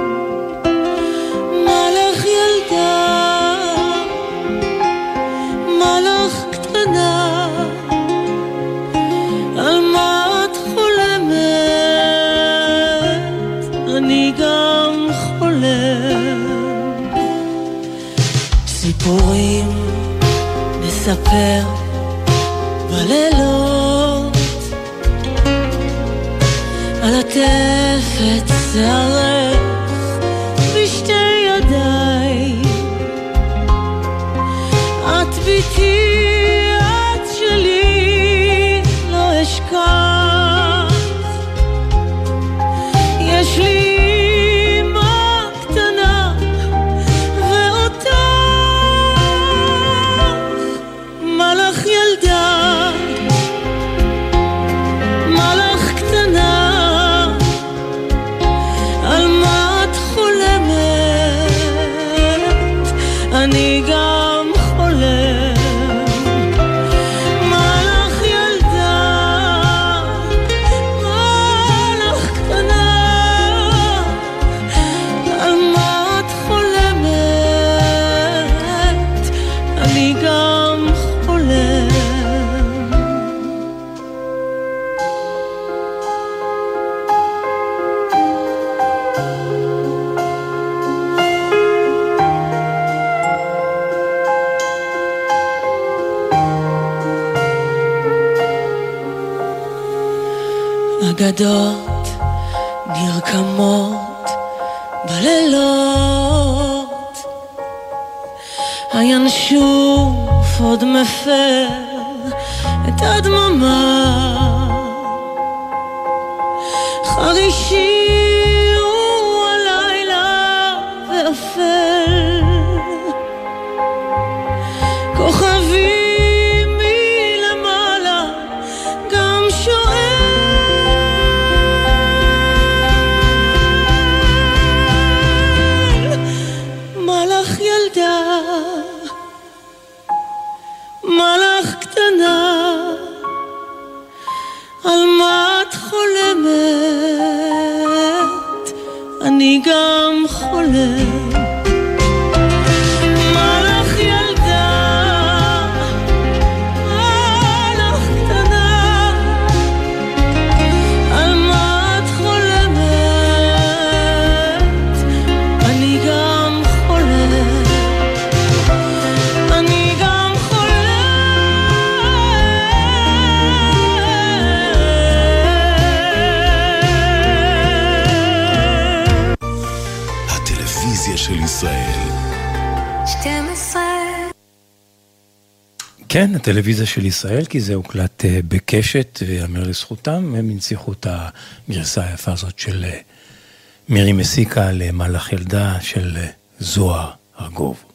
מלאך ילדה, מלאך קטנה, על מה את חולמת? אני גם חולם. ציפורים מספר בלילות על הטפת שערך בשתי ידיי, את ביתי, את שלי, לא אשכח. יש לי אמא קטנה ואותך, מלאך ילדה, מלאך קטנה, על מה את חולמת? אני גם חולם. מלאך ילדה, מלאך קטנה, על מה את חולמת? אני גם חולם. אגדות נרקמות בלילות, הינשוף עוד מפר את הדממה, חרישי הוא הלילה ואפל, כוכבים מלמעלה גם שואל, מלאך ילדה, מלאך קטנה, על מה את חולמת? אני גם חולם. מלאך ילדה, מלאך קטנה, על מה את חולמת? אני גם חולם. אני גם הטלוויזיה של ישראל. 12 כן, הטלוויזיה של ישראל, כי זה הוקלט בקשת, ויאמר לזכותם, הם הנציחו את הגרסה היפה הזאת של מירי מסיקה למלאך ילדה של זוהר ארגוב.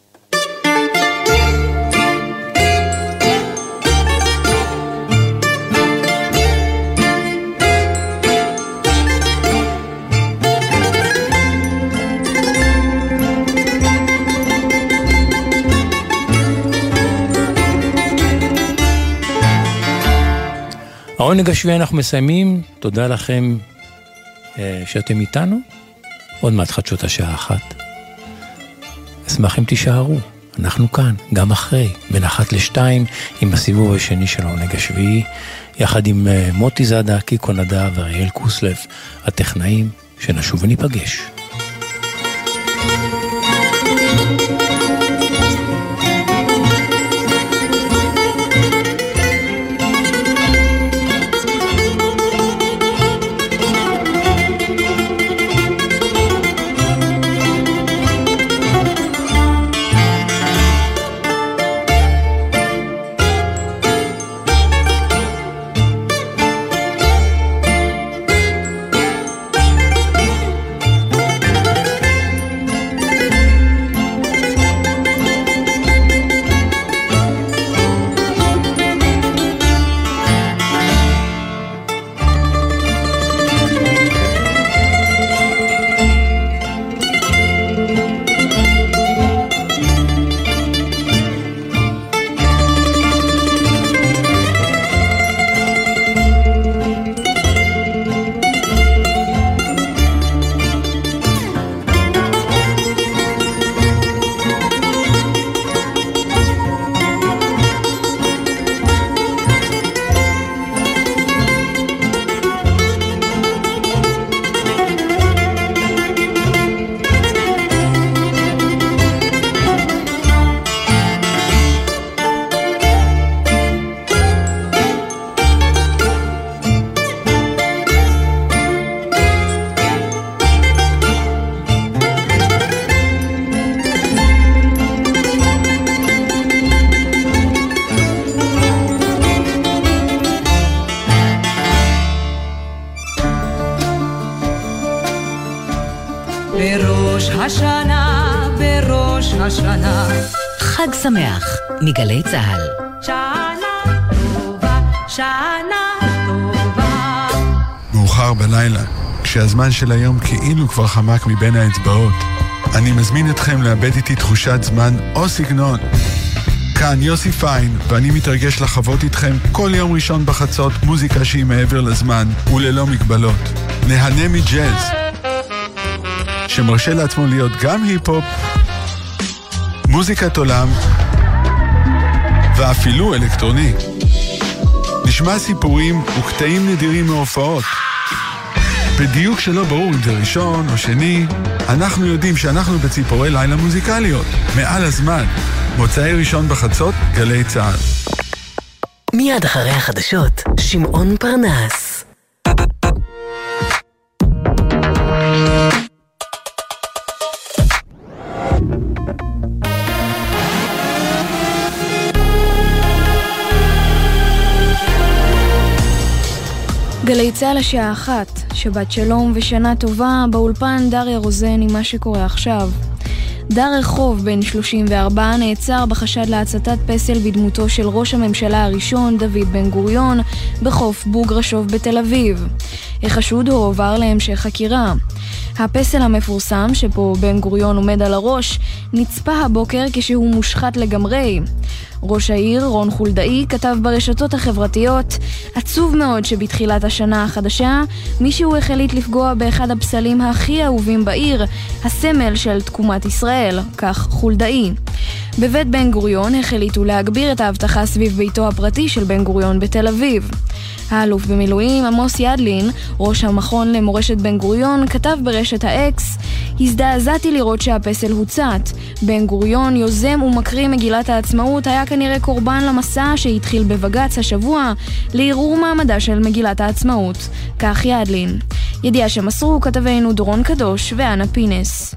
העונג השביעי אנחנו מסיימים, תודה לכם שאתם איתנו, עוד מעט חדשות השעה 1. אשמח אם תישארו, אנחנו כאן, גם אחרי, בין 1 ל-2, עם הסיבוב השני של העונג השביעי, יחד עם מוטי זאדה, קיקו נדב ואריאל קוסלב, הטכנאים, שנשוב וניפגש. בראש השנה, בראש השנה. חג שמח מגלי צהל. שנה טובה, שנה טובה. מאוחר בלילה, כשהזמן של היום כאילו כבר חמק מבין האצבעות, אני מזמין אתכם לאבד איתי תחושת זמן או סגנון. כאן יוסי פיין, ואני מתרגש לחוות איתכם כל יום ראשון בחצות מוזיקה שהיא מעבר לזמן וללא מגבלות. נהנה מג'אז, שמרשה לעצמו להיות גם היפ-הופ, מוזיקת עולם ואפילו אלקטרוני. נשמע סיפורים וקטעים נדירים מהופעות. בדיוק שלא ברור אם זה ראשון או שני, אנחנו יודעים שאנחנו בציפורי לילה מוזיקליות. מעל הזמן. מוצאי ראשון בחצות, גלי צהל. מיד אחרי החדשות, שמעון פרנס. גלי צהל השעה 1, שבת שלום ושנה טובה, באולפן דריה רוזן עם מה שקורה עכשיו. דר רחוב בן 34 נעצר בחשד להצתת פסל בדמותו של ראש הממשלה הראשון דוד בן גוריון בחוף בוגרשוב בתל אביב. החשוד הועבר להמשך חקירה. הפסל המפורסם שפה בן גוריון עומד על הראש נצפה הבוקר כשהוא מושחת לגמרי. ראש העיר רון חולדאי כתב ברשתות החברתיות: עצוב מאוד שבתחילת השנה החדשה מישהו החליט לפגוע באחד הפסלים הכי אהובים בעיר, הסמל של תקומת ישראל, כך חולדאי. בבית בן גוריון החליטו להגביר את האבטחה סביב ביתו הפרטי של בן גוריון בתל אביב. האלוף במילואים עמוס ידלין, ראש המכון למורשת בן גוריון, כתב ברשת האקס: הזדעזעתי לראות שהפסל הוצת. בן גוריון, יוזם ומקריא מגילת העצמאות, היה כנראה קורבן למסע שהתחיל בבג"ץ השבוע לערעור מעמדה של מגילת העצמאות, כך ידלין. ידיעה שמסרו כתבינו דורון קדוש ואנה פינס.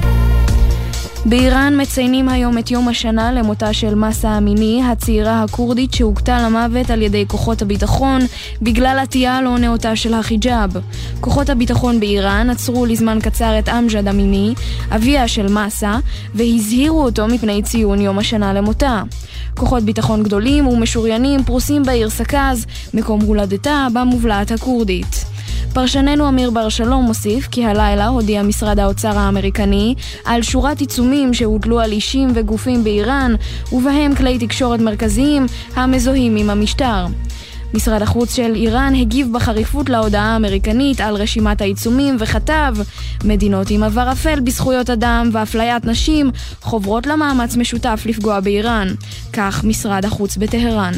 באיראן מציינים היום את יום השנה למותה של מסה אמיני, הצעירה הקורדית שהוגתה למוות על ידי כוחות הביטחון בגלל עטייה לא נאותה של החיג'אב. כוחות הביטחון באיראן עצרו לזמן קצר את אמג'ד אמיני, אביה של מסה, והזהירו אותו מפני ציון יום השנה למותה. כוחות ביטחון גדולים ומשוריינים פרוסים בעיר סקאז, מקום הולדתה במובלעת הקורדית. פרשננו אמיר בר שלום מוסיף כי הלילה הודיע משרד האוצר האמריקני על שורת עיצומים שהוטלו על אישים וגופים באיראן, ובהם כלי תקשורת מרכזיים המזוהים עם המשטר. משרד החוץ של איראן הגיב בחריפות להודעה האמריקנית על רשימת העיצומים וכתב: מדינות עם עבר אפל בזכויות אדם ואפליית נשים חוברות למאמץ משותף לפגוע באיראן, כך משרד החוץ בטהרן.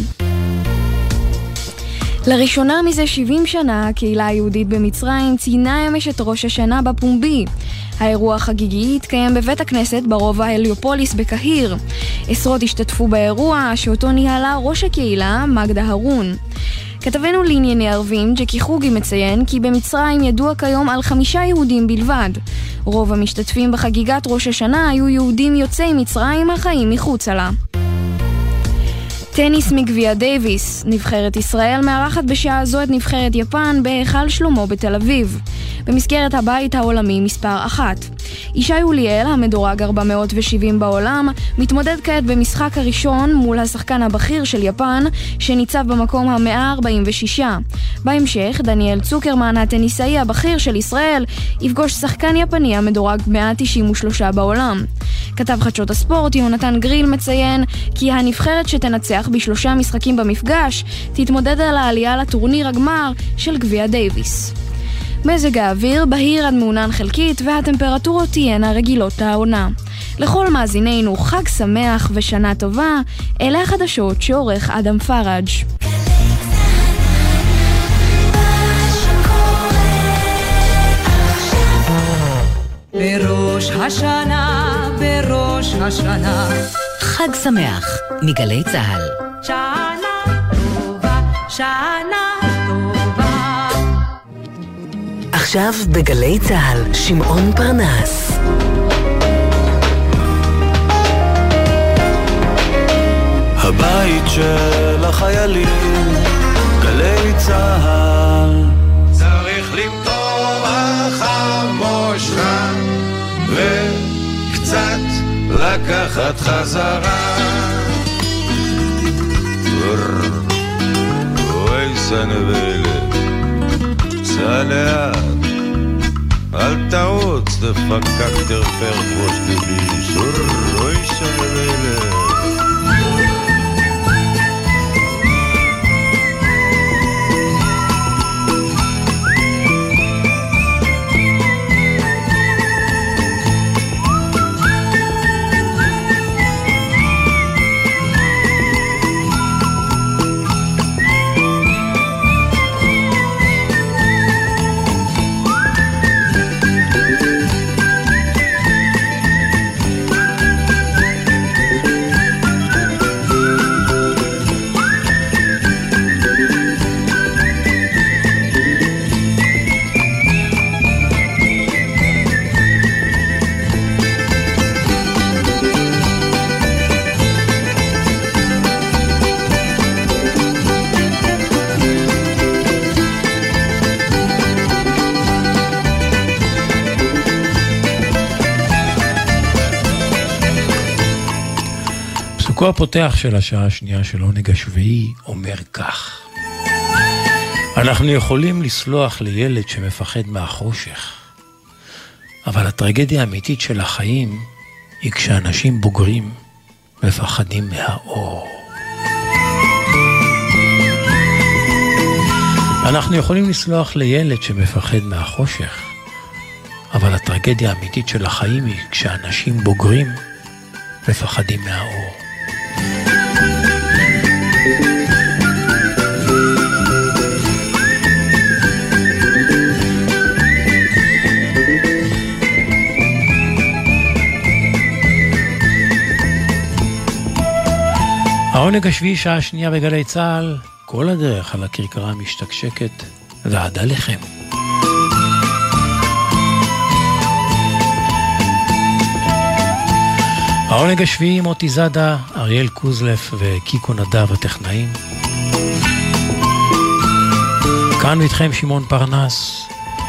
לראשונה מזה 70 שנה, הקהילה היהודית במצרים ציינה אמש את ראש השנה בפומבי. האירוע החגיגי התקיים בבית הכנסת ברובע הליופוליס בקהיר. עשרות השתתפו באירוע שאותו ניהלה ראש הקהילה מגדה הרון. כתבנו לענייני ערבים ג'קי חוגי מציין כי במצרים ידוע כיום על 5 יהודים בלבד. רוב המשתתפים בחגיגת ראש השנה היו יהודים יוצאי מצרים החיים מחוצה לה. טניס מגביע דייביס. נבחרת ישראל מארחת בשעה זו את נבחרת יפן בהיכל שלמה בתל אביב, במסגרת הבית העולמי מספר 1. ישי אוליאל, המדורג 470 בעולם, מתמודד כעת במשחק הראשון מול השחקן הבכיר של יפן, שניצב במקום ה-146. בהמשך, דניאל צוקרמן, הטניסאי הבכיר של ישראל, יפגוש שחקן יפני המדורג 193 בעולם. כתב חדשות הספורט יונתן גריל מציין כי הנבחרת שתנצח ב3 משחקים במפגש תתמודד על העלייה לטורניר הגמר של גביע דייביס. מזג האוויר בהיר עד מעונן חלקית והטמפרטורות תהיינה רגילות לעונה. לכל מאזינינו חג שמח ושנה טובה. אלה החדשות שעורך אדם פראג'. בראש השנה, בראש השנה. חג שמח מגלי צהל. שנה טובה, שנה טובה. עכשיו בגלי צהל, שמעון פרנס. הבית של החיילים, גלי צהל. צריך למטור החמוש חם לקחת חזרה. אוי סנבלת, סע לאט, אל תרוץ, דפקק תרפר כמו שתביש. אוי סנבלת. פסוקו הפותח של השעה השנייה של עונג השביעי אומר כך: אנחנו יכולים לסלוח לילד שמפחד מהחושך, אבל הטרגדיה האמיתית של החיים היא כשאנשים בוגרים מפחדים מהאור. אנחנו יכולים לסלוח לילד שמפחד מהחושך, אבל הטרגדיה האמיתית של החיים היא כשאנשים בוגרים מפחדים מהאור. העונג השביעי, שעה שנייה בגלי צהל, כל הדרך על הכרכרה משתקשקת ועד הלחם. העונג השביעי, מוטי זאדה, אריאל קוזלף וקיקו נדב הטכנאים. כאן איתכם שמעון פרנס.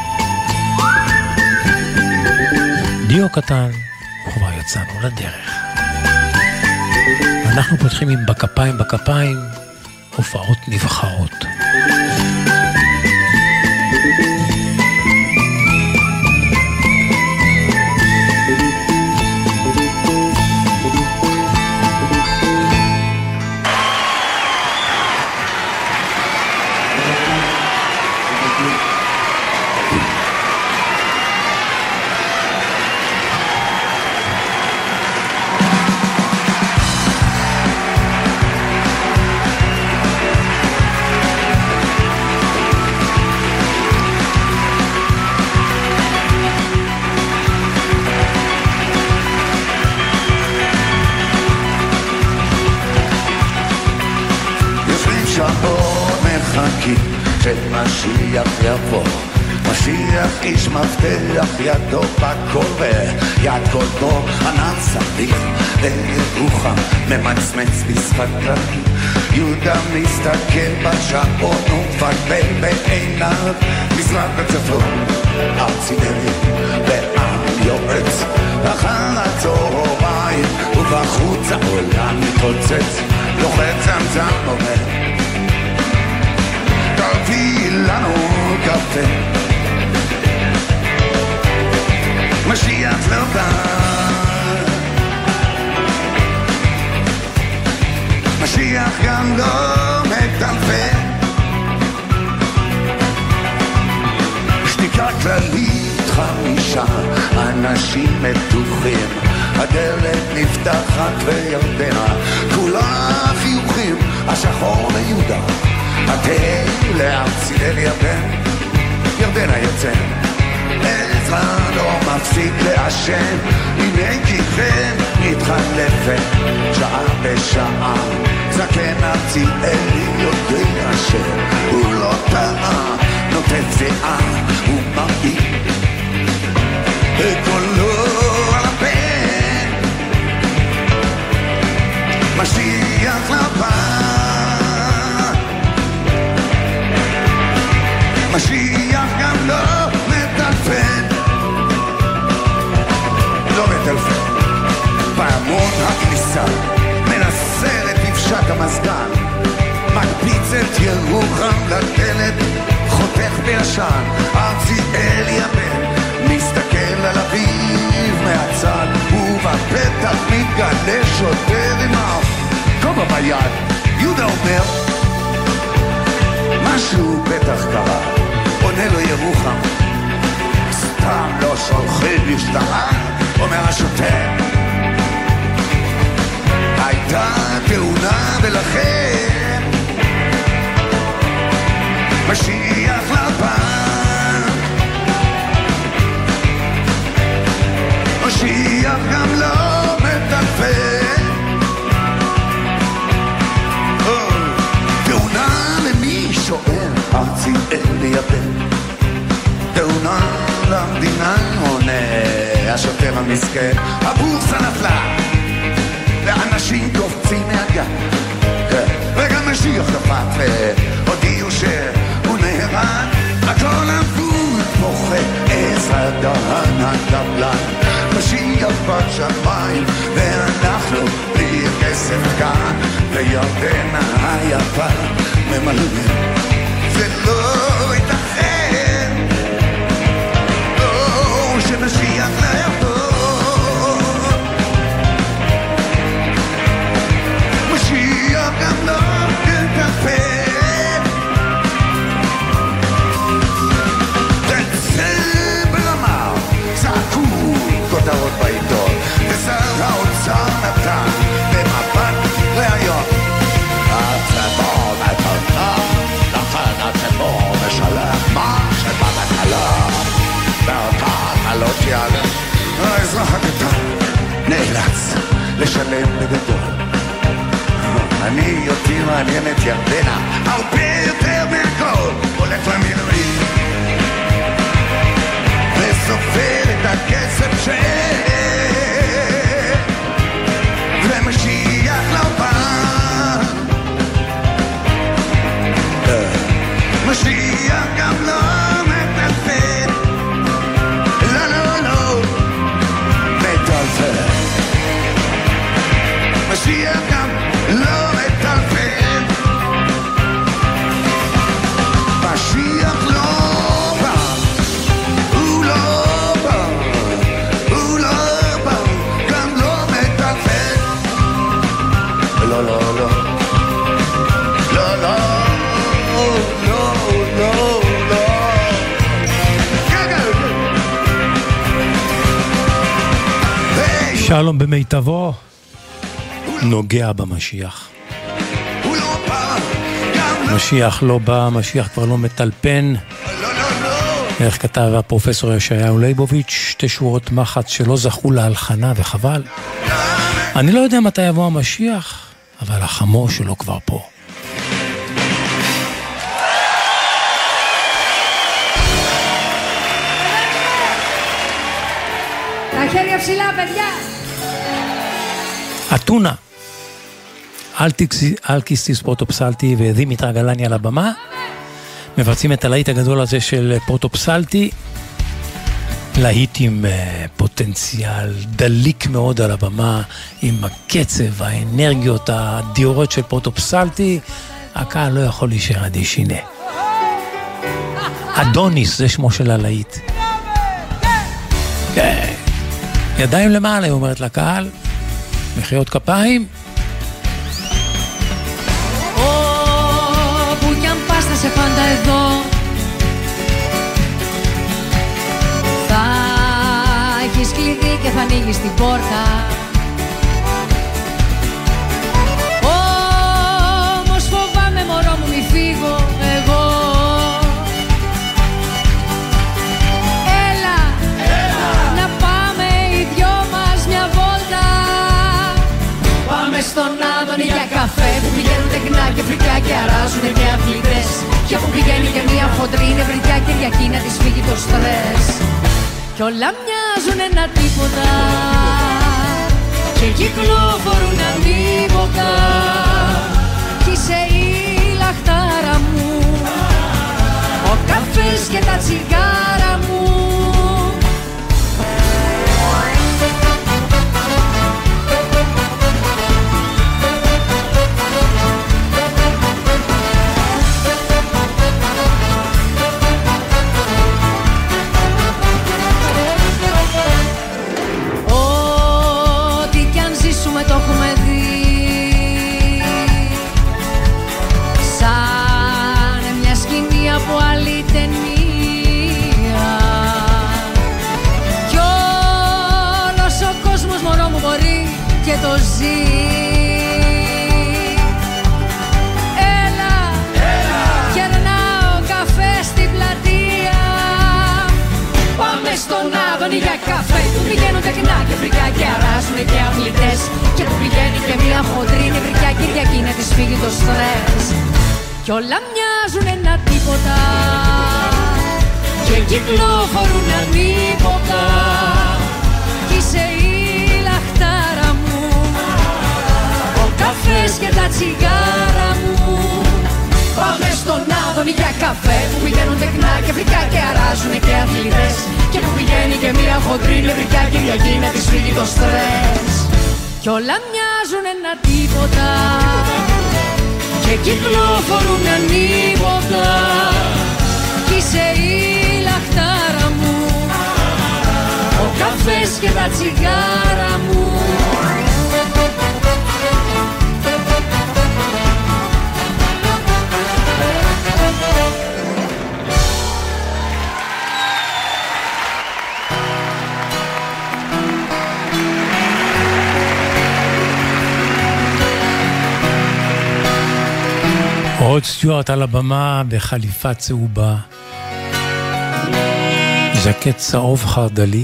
דיו קטן, וכבר יצאנו לדרך. אנחנו פותחים עם בכפיים בכפיים, הופעות נבחרות. משיח יבוא, משיח איש מפתח ידו בקור, יד קודמו ענן סביב לירוחם, ממצמץ בשפת רקים, יהודה מסתכל בשעון ומפלפל בעיניו, מזרח בצפון, ארצידלי ועם יורץ, אחר הצהריים ובחוץ העולם מתרוצץ, לוחץ צמצם אומר תביא לנו קפה, משיח לא בא, משיח גם לא מטלפן, שתיקה כללית 5 אנשים מתוחים, הדלת נפתחת וירדנה כולה חיוכים, השחור ליהודה התה לארצידל ירדן, ירדנה יוצא, עזרא לא מפסיק לעשן, הנה כיכן מתחלפת, שעה בשעה, זקן ארצידלי יודע שהוא לא טעה, נוטף זיעה ומראים, וקולו על הפן, משיח לבא, משיח גם לא מטלפן, לא מטלפן, פעמון הכניסה, מנסר את נפשק המזגן, מקפיץ את ירוחם לדלת, חותך בישן, ארצי אלי הבן, מסתכל על אביו מהצד, ובפתח מתגלה שוטר עם כובע ביד. יהודה אומר, משהו בטח קרה, עונה לו ירוחם, סתם לא שולחים משטרה, אומר השוטר, הייתה תאונה ולכן משיח לבן, משיח גם לא מטלפן. תאונה למי שואל ארצי אלי הבן, תאונה למדינה עונה השוטר המסכן, הבורסה נפלה ואנשים קופצים מהגן, וגם משיח קפץ והודיעו שהוא נהרג, הכל אבוד בוכה עזרא דהן הקבלן, משיח בשמיים ואנחנו בלי כסף כאן, וירדנה היפה ממלאים, זה לא ייתכן, לא שמשיח לא יבוא, משיח גם לא יתכן, דצמבר אמר, צעקו כותרות בעיתון, ושר האוצר נתן במבט ראיון, הציבור נתנה, לכן הציבור משלם מה שבמתלה, והקהל לא תיעלם, האזרח הקטן נאלץ לשלם בגדול. אני אותי מעניינת ירדנה הרבה יותר מהכל, הולך למילואים וסופר את הכסף ומשיח לא בא, משיח גם לא מטלפן, לא לא לא מטלפן, משיח גם לא מטלפן, משיח לא בא, הוא לא בא, הוא לא בא, גם לא מטלפן, לא לא לא לא לא שלום במיטבו נוגע במשיח. משיח לא בא, משיח כבר לא מטלפן. איך כתב הפרופסור ישעיהו ליבוביץ', שתי שורות מחץ שלא זכו להלחנה וחבל. אני לא יודע מתי יבוא המשיח, אבל החמור שלו כבר פה. החבר'ה ψηλά, παιδιά. אתונה, אלקיסטיס פרוטופסלטי ודימיטרה גלני על הבמה מבצעים את הלהיט הגדול הזה של פרוטופסלטי, להיט עם פוטנציאל דליק מאוד על הבמה, עם הקצב, האנרגיות הדיורות של פרוטופסלטי, הקהל לא יכול להישאר עדי שינה. אדוניס זה שמו של הלהיט. ידיים למעלה, היא אומרת לקהל, מחיאות כפיים. Που κι αν πας θα σε πάντα εδώ, θα έχεις κλειδί και θα ανοίγεις την πόρτα. Όμως φοβάμαι μωρό μου μη φύγω εγώ. Έλα, να πάμε οι δυο μας μια βόλτα. Πάμε στον Άδωνη για καφέ, που πηγαίνουν τεκνά και φρικιά και αράζουνε και αθλητές. Και που πηγαίνει και μια χοντρή νευρικιά Κυριακή να της φύγει το στρες. Κι όλα μοιάζουν ένα τίποτα και κυκλοφορούν αντίποτα. Κι είσαι η λαχτάρα μου, ο καφές και τα τσιγάρα μου. το ζει. Έλα, κερνάω καφέ στην πλατεία. Πάμε στον Άδωνη για καφέ. Του πηγαίνουν τεκνά και φρικά και αράζουνε και αθλητές. Και του πηγαίνει και μια χοντρή νευρικιά Κυριακή να της φύγει το στρες. Κι όλα μοιάζουν ένα τίποτα και κυκλοφορούν ανίποτα. Κι είσαι η λαχτάρα μου, ο καφές και τα τσιγάρα μου. Πάμε στον Άδωνη για καφέ. Που πηγαίνουν τεκνά και φρικά και αράζουνε και αθλητές. Και που πηγαίνει και μια χοντρή νευρικιά Κυριακή να της φύγει το στρες. Κι όλα μοιάζουν ένα τίποτα και κυκλοφορούν ανίποτα. Κι είσαι η λαχτάρα μου, ο καφές και τα τσιγάρα μου. רוד סטיוארט על הבמה בחליפה צהובה, ז'קט צהוב חרדלי,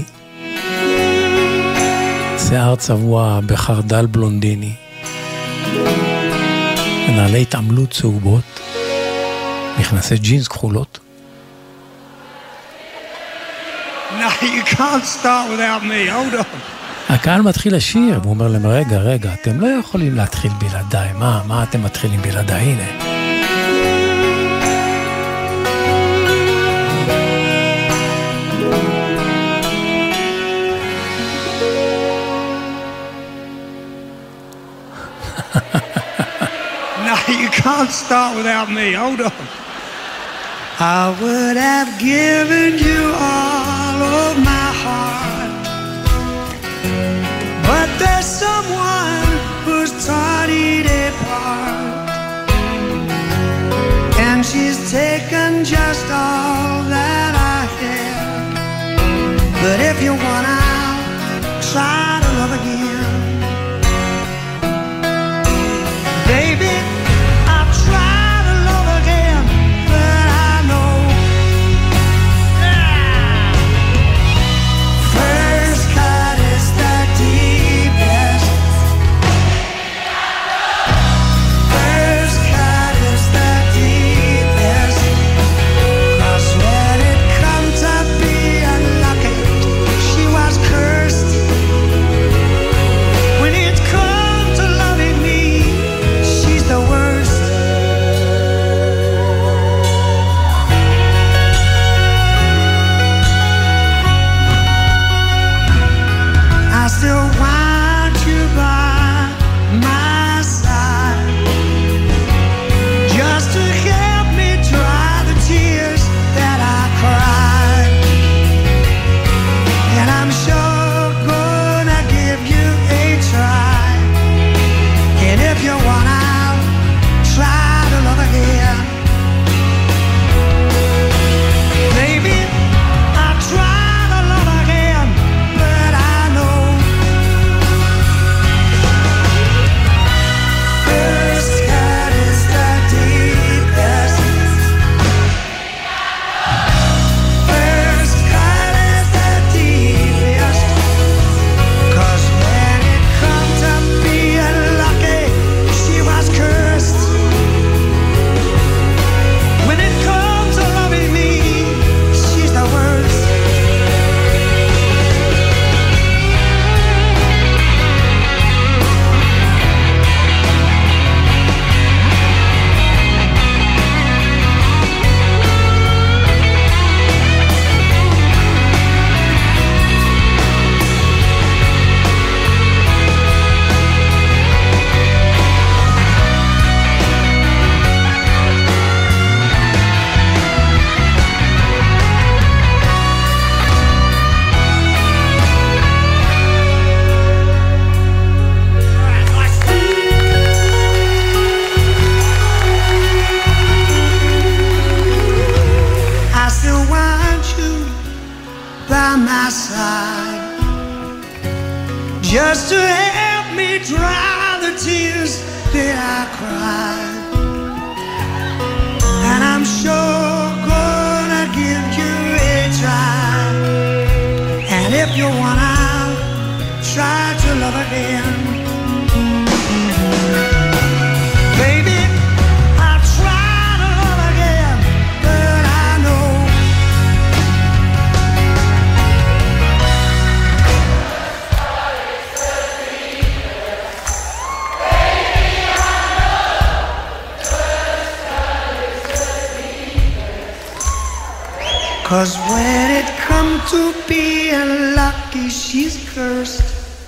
שיער צבוע בחרדל בלונדיני, נעלי התעמלות צהובות, מכנסי ג'ינס כחולות. No, you can't start without me. Hold on. הקהל מתחיל לשיר, והוא אומר להם, רגע, אתם לא יכולים להתחיל בלעדיי. מה אתם מתחילים בלעדיי? הנה. No, you can't start without me. Hold on. I would have given you all of my heart, but there's someone who's torn it apart, and she's taken just all that I had. But if you want, I'll try to love again. Baby, I'll try to love again, but I know first cut is the deepest. First cut is the deepest. 'Cause when it comes to being lucky, she was cursed. When it comes to loving me, she's the worst. I still want you by my side, just to help me dry the tears that I cried. And I'm sure gonna give you a try. And if you want, I'll try to love again. Baby, I'll try to love again, but I know first cut is the deepest. First cut is the deepest. 'Cause when it comes to being lucky, she was cursed. When it comes to loving me, she's the worst. I still want you by my side, just to help me dry the tears that I cried. And I'm sure gonna give you a try. And if you wanna try to love again, baby, I'll try to love again. But I know cause when it comes to being lucky, she's cursed.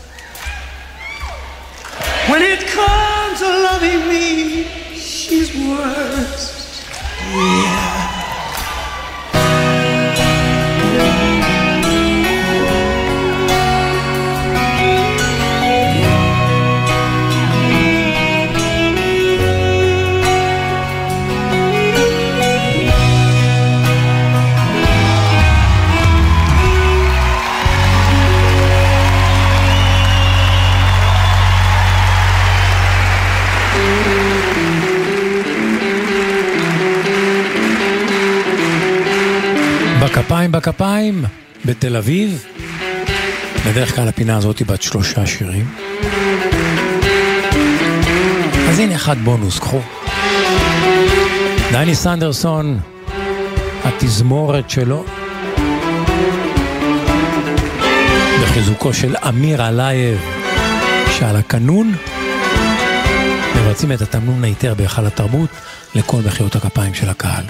When it comes to loving me, she's worse. Yeah. בכפיים בתל אביב. בדרך כלל הפינה הזאת היא בת 3 שירים. אז הנה אחד בונוס, קחו. דני סנדרסון, התזמורת שלו, בחיזוקו של אמיר אלייב, שעל הקנון מבצעים את התמנון היתר בהיכל התרבות לכל מחיאות הכפיים של הקהל.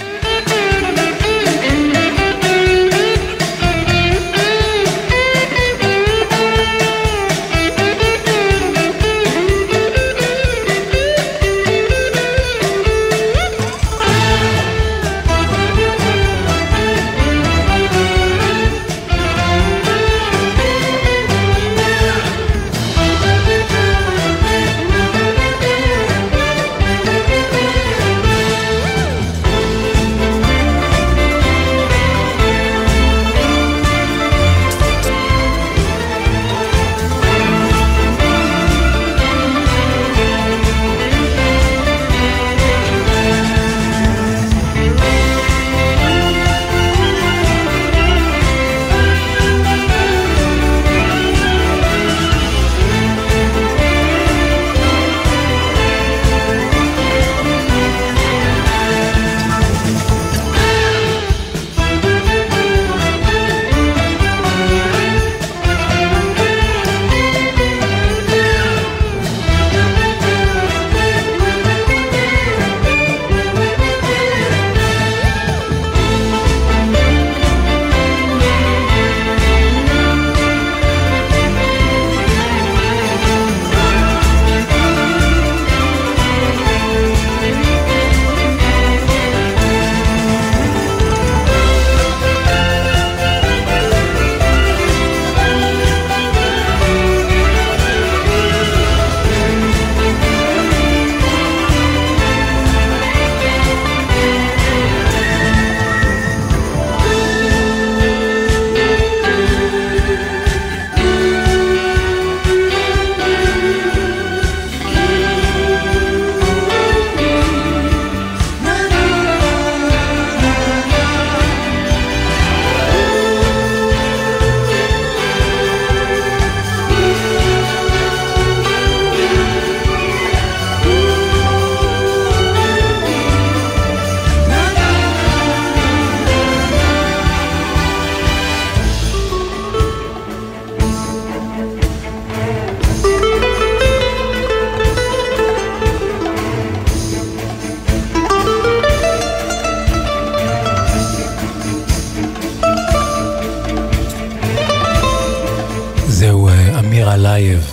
אלייב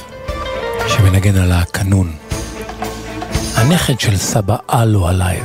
שמנגן על הקנון, הנכד של סבא אלו אלייב.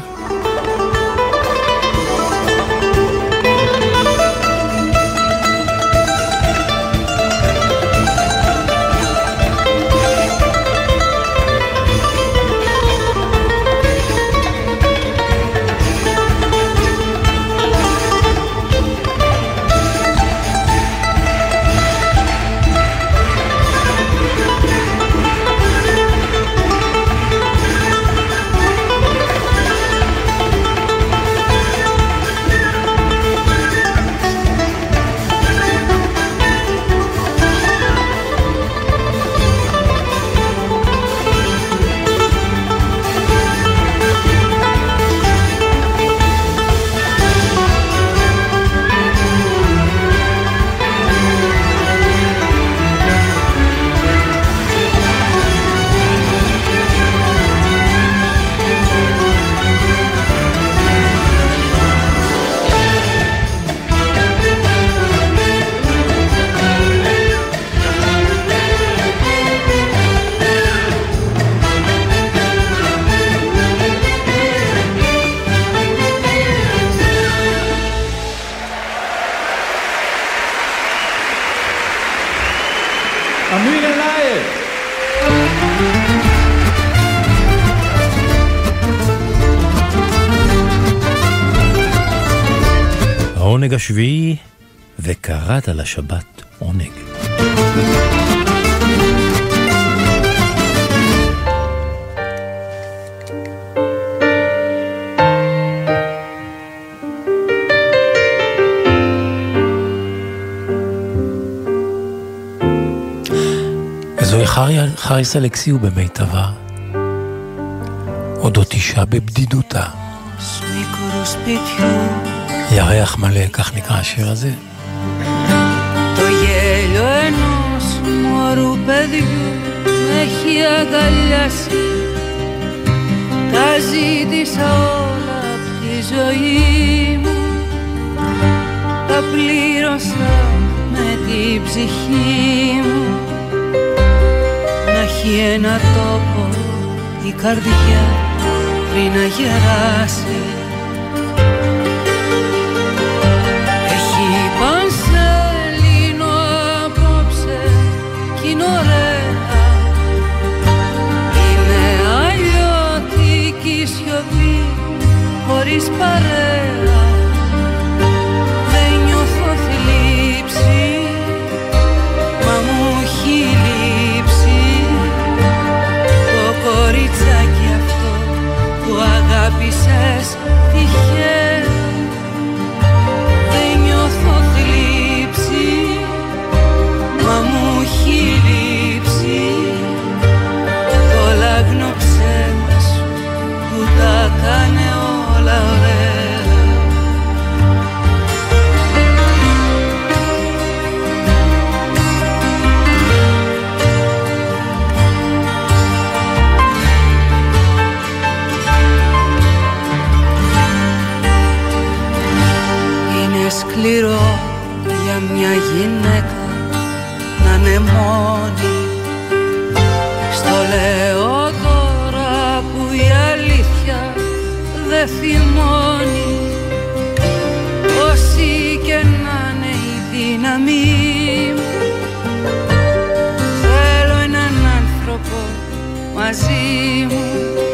אמיר אלייב. העונג השביעי, וקראת לשבת עונג. זוהי חריס אלכסיו במיטבה, אודות אישה בבדידותה. ירח מלא, כך נקרא השיר הזה. Το γέλιο ενός μωρού παιδιού με έχει αγκαλιάσει. Τα ζήτησα όλα απ' τη ζωή μου. Τα πλήρωσα με την ψυχή μου. Να έχει ένα τόπο η καρδιά πριν να γεράσει. Έχει πανσελίνο απόψε κι είναι ωραία. Είναι αλλιώτικη σιωπή χωρίς παρέα. Δεν νιώθω θλίψη, μα μου έχει λείψει το κοριτσάκι αυτό που αγάπησες τυχαία. Δεν νιώθω θλίψη, μα μου έχει λείψει το λάγνο ψέμα σου που τα κάνε όλα ωραία. Σκληρό για μια γυναίκα να είναι μόνη. Στο λέω τώρα που η αλήθεια δεν θυμώνει. Όση και να είναι η δύναμή μου, θέλω έναν άνθρωπο μαζί μου.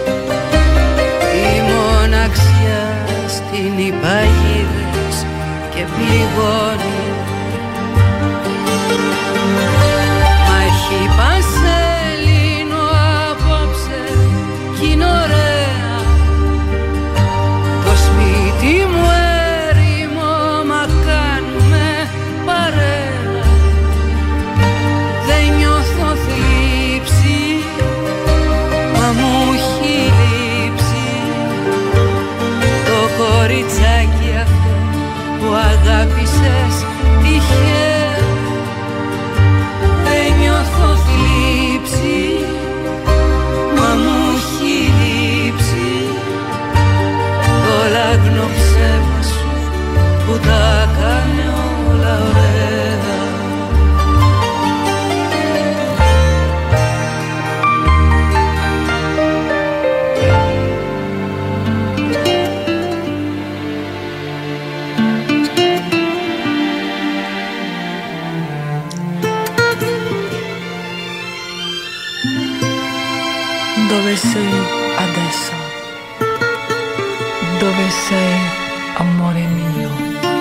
Η μοναξιά στην υπαγίδα και πληγώνει. Μα έχει πανσελίνο απόψε κι είναι ωραία. Το σπίτι μου έρημο, μα κάνουμε παρέα. Δεν νιώθω θλίψη, μα μου έχει λείψει το κοριτσάκι αυτό που αγάπησες τυχαία. Δεν νιώθω θλίψη, μα μου έχει λείψει το λάγνο ψέμα σου που τα κάνει όλα ωραία. Dove sei adesso? Dove sei, amore mio?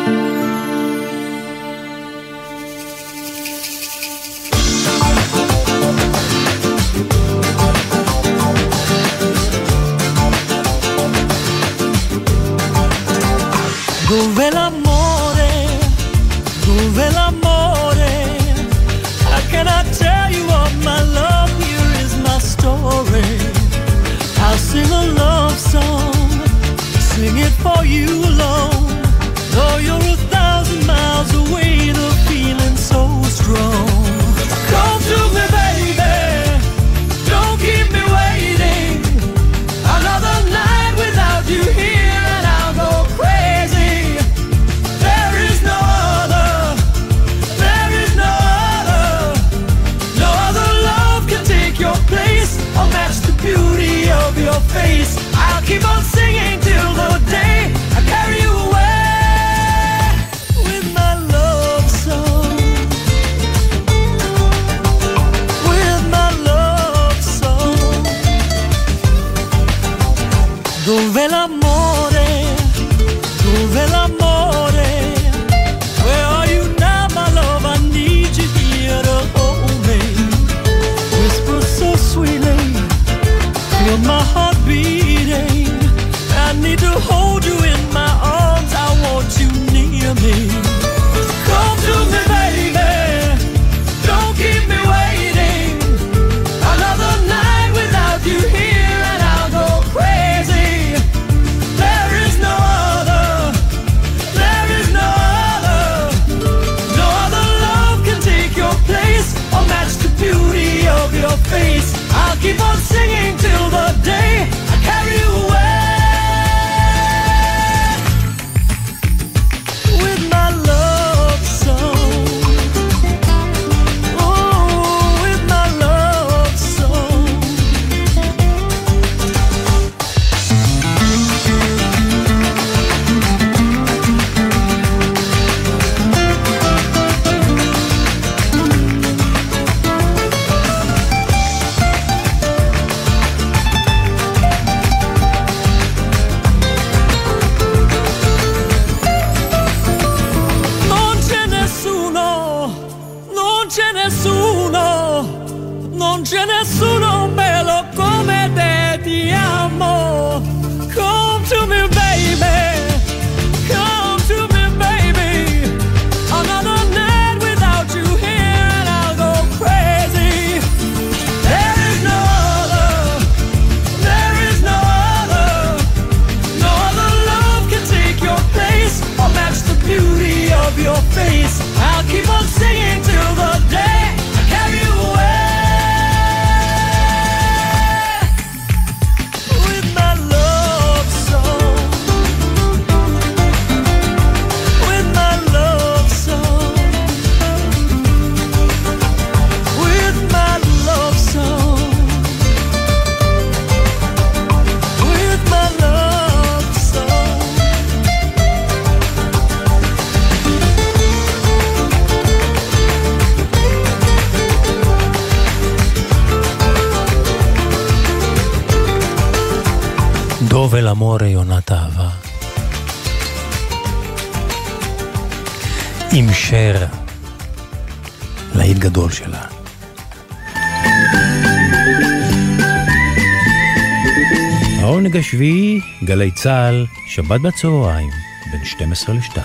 Dove l'amore? Dove l'amore? How can I tell you of my love? Here is my story. I'll sing a love song, sing it for you alone. Though you're 1,000 miles away, the feeling's so strong. Come to me, baby, don't keep me waiting. Another night without you here and I'll go crazy. There is no other, there is no other. No other love can take your place or match the beauty of your face. I'll keep on singing till the day I carry you away with keep on singing till the day I carry you away. With my love song. Oh, with my love song. Non c'è nessuno bello come te, ti amo. Come to me baby, come to me baby. Another night without you here and I'll go crazy. There is no other, there is no other. No other love can take your place or match the beauty of your face. I'll keep on singing till the day I carry you away. דוב אל אמורי, עונת אהבה. עם שר להיט גדול שלה. העונג השביעי, גלי צהל, שבת בצהריים, בין 12 ל-2.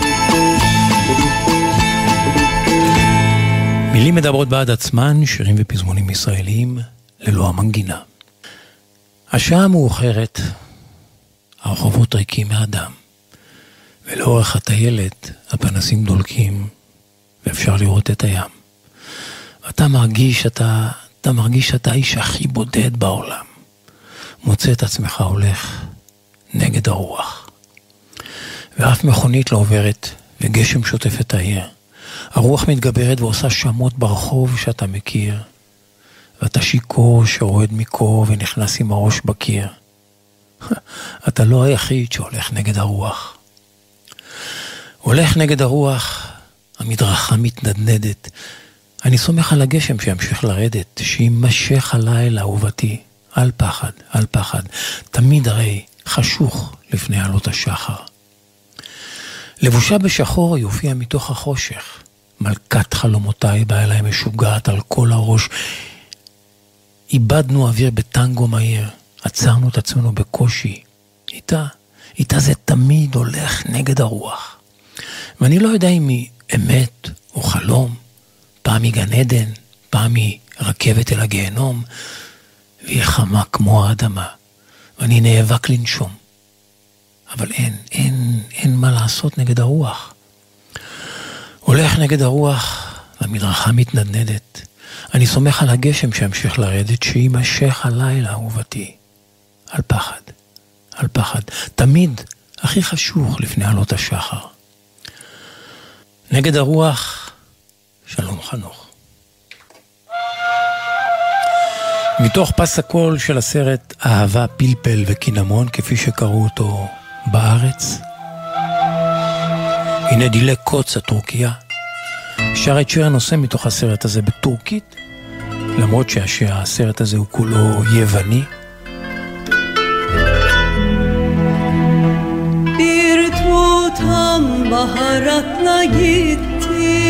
מילים מדברות בעד עצמן, שירים ופזמונים ישראליים, ללא המנגינה. השעה מאוחרת, הרחובות ריקים מאדם, ולאורך הטיילת הפנסים דולקים, ואפשר לראות את הים. אתה מרגיש שאתה האיש הכי בודד בעולם. מוצא את עצמך הולך נגד הרוח. ואף מכונית לא עוברת, וגשם שוטף את העיר. הרוח מתגברת ועושה שמות ברחוב שאתה מכיר. ואתה שיקור שרועד מקור ונכנס עם הראש בקיר. אתה לא היחיד שהולך נגד הרוח. הולך נגד הרוח, המדרכה מתנדנדת. אני סומך על הגשם שימשיך לרדת, שימשך הלילה אהובתי. אל פחד, אל פחד. תמיד הרי חשוך לפני עלות השחר. לבושה בשחור יופיע מתוך החושך. מלכת חלומותיי באה אליי משוגעת על כל הראש. איבדנו אוויר בטנגו מהיר, עצרנו את עצמנו בקושי. איתה זה תמיד הולך נגד הרוח. ואני לא יודע אם היא אמת או חלום, פעם היא גן עדן, פעם היא רכבת אל הגיהנום, והיא חמה כמו האדמה, ואני נאבק לנשום. אבל אין מה לעשות נגד הרוח. הולך נגד הרוח, המדרכה מתנדנדת. אני סומך על הגשם שימשיך לרדת, שימשך הלילה אהובתי. אל פחד, אל פחד. תמיד הכי חשוך לפני עלות השחר. נגד הרוח, שלום חנוך. מתוך פס הקול של הסרט אהבה, פלפל וקינמון, כפי שקראו אותו בארץ. הנה דילי קוץ הטורקיה. שר את שיר הנושא מתוך הסרט הזה בטורקית, למרות שהסרט הזה הוא כולו יווני. Bir tutam baharatla gitti,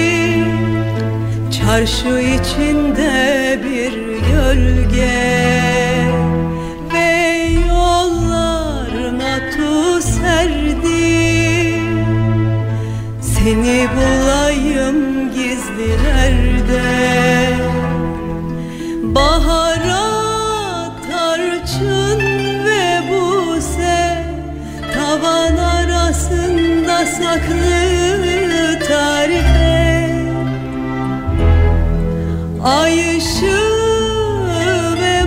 çarşı içinde bir gölge ve yollarına tuz serdim. Seni bulayım gizlilerde, bahara tarçın ve buse, tavan arasında saklı tarife. Ay ışığı ve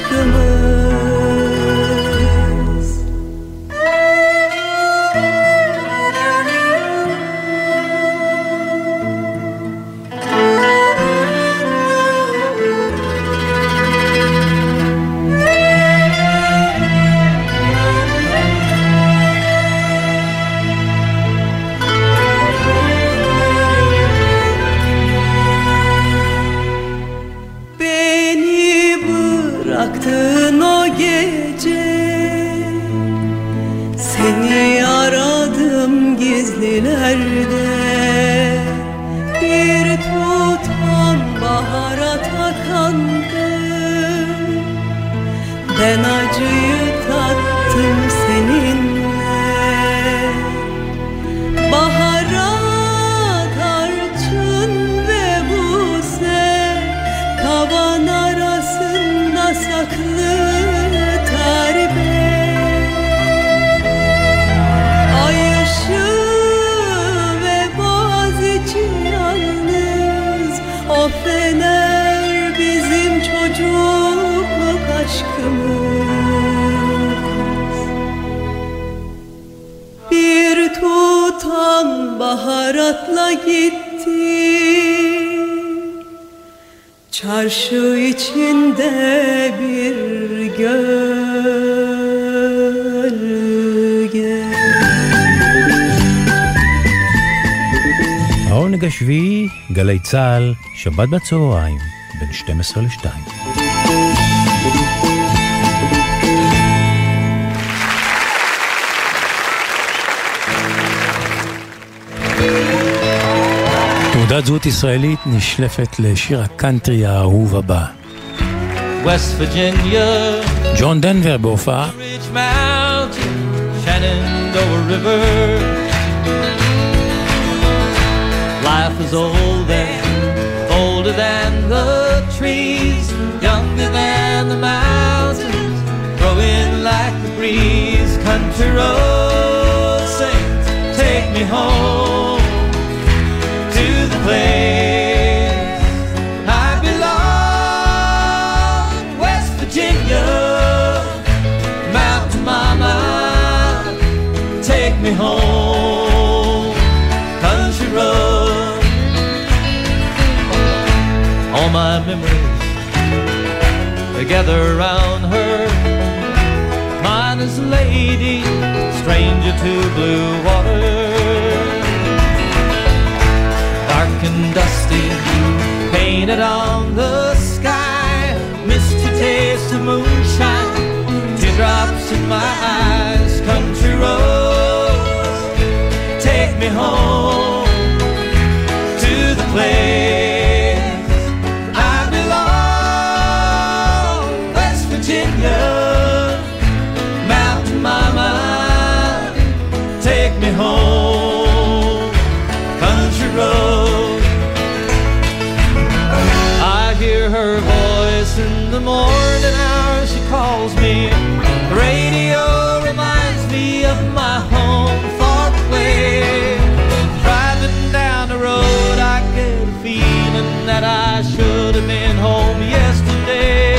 aşkımız. Bıraktın o gece, seni aradım gizlilerde. Bir tutam bahara takandım, ben acıyı tattım seninle. Bahara tarçın ve buze, kavan arasında saklı taribe. Ay ışığı ve Boğaziçi yalnız, o fener bizim çocukluk aşkımız. Bir tutam baharatla gitti, çarşı içinde bir גלגל. העונג השביעי, גלי צהל, שבת בצהריים, בין 12 ל-2. תעודת זהות ישראלית נשלפת לשיר הקאנטרי האהוב הבא. West Virginia, ג'ון דנבר בהופעה. Ridge Mountain, Shenandoah River. Life is older than the trees, younger than the mountains, growing like the breeze. Country road sings, take me home to the place I belong. West Virginia, Mountain Mama, take me home. Country road, all my memories gather around her. Mine is a lady, stranger to blue water. Dark and dusty, painted on the sky. Misty taste of moonshine, teardrops in my eyes. Country roads, take me home to the place I belong. West Virginia, Mountain Mama, take me home. Country road, I hear her voice in the morning hour. She calls me. The radio reminds me of my home far away. Driving down the road, I get a feeling that I should have been home yesterday.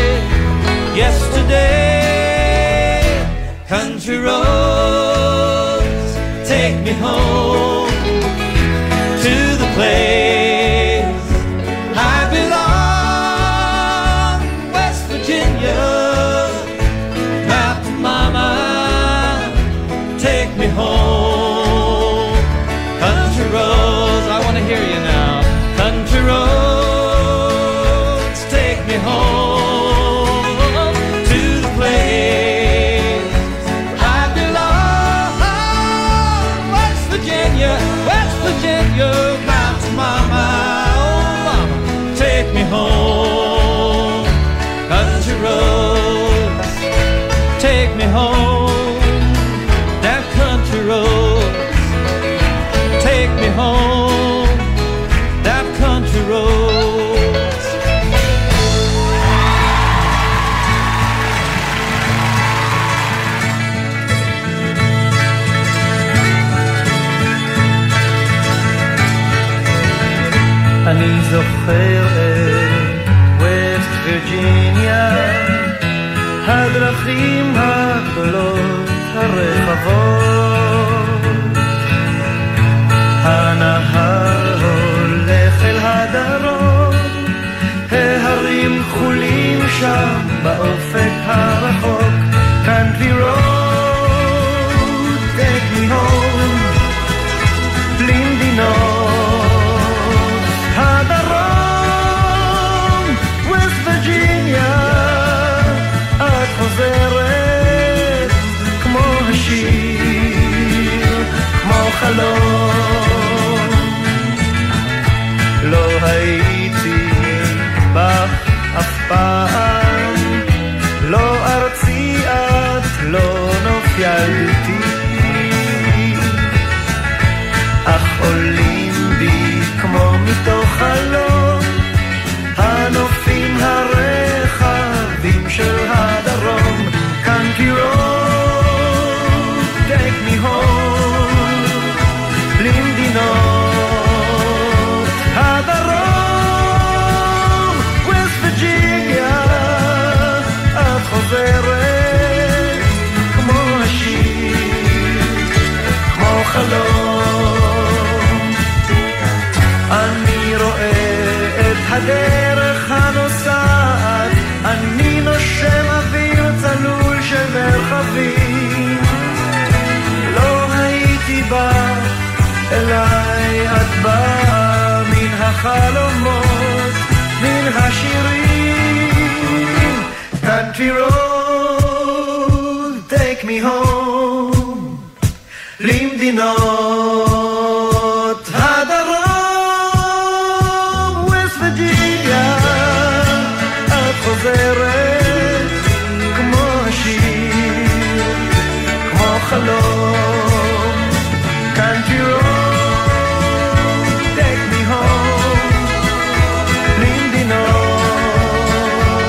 Yesterday, country roads, take me home to the place I belong. West Virginia, Mountain Mama, take me home. Country roads, I want to hear you now. Country roads, take me home to the place I belong. West Virginia, West Virginia, Mountain Mama, oh mama, take me home. Country roads, take me home. Down country roads, take me home. Down country roads. אני זוכר את ווסט וירג'יניה הדרכים הגדולות הרחבות, הנהר הולך אל הדרום, ההרים כחולים שם באופק הרחוק, country road, take me home, בלי מדינות, הדרום, West Virginia, את חוזרת כמו השיר, כמו חלום. לא הייתי בך אף פעם, לא ארצי את, לא נוף ילדותי, אך עולים בי כמו מתוך חלום הנופים הרחבים של הדרום, country road, take me home, למדינות הדרום, West Virginia, את חוזרת כמו השיר, כמו חלום. אני רואה את הדרך הנוסעת, אני נושם אוויר צלול של מרחבים, לא הייתי בא אליי, את באה מן החלומות, מן השירים, country road, take me home, למדינות הדרום, West Virginia, את חוזרת כמו השיר, כמו חלום, country road, take me home, למדינות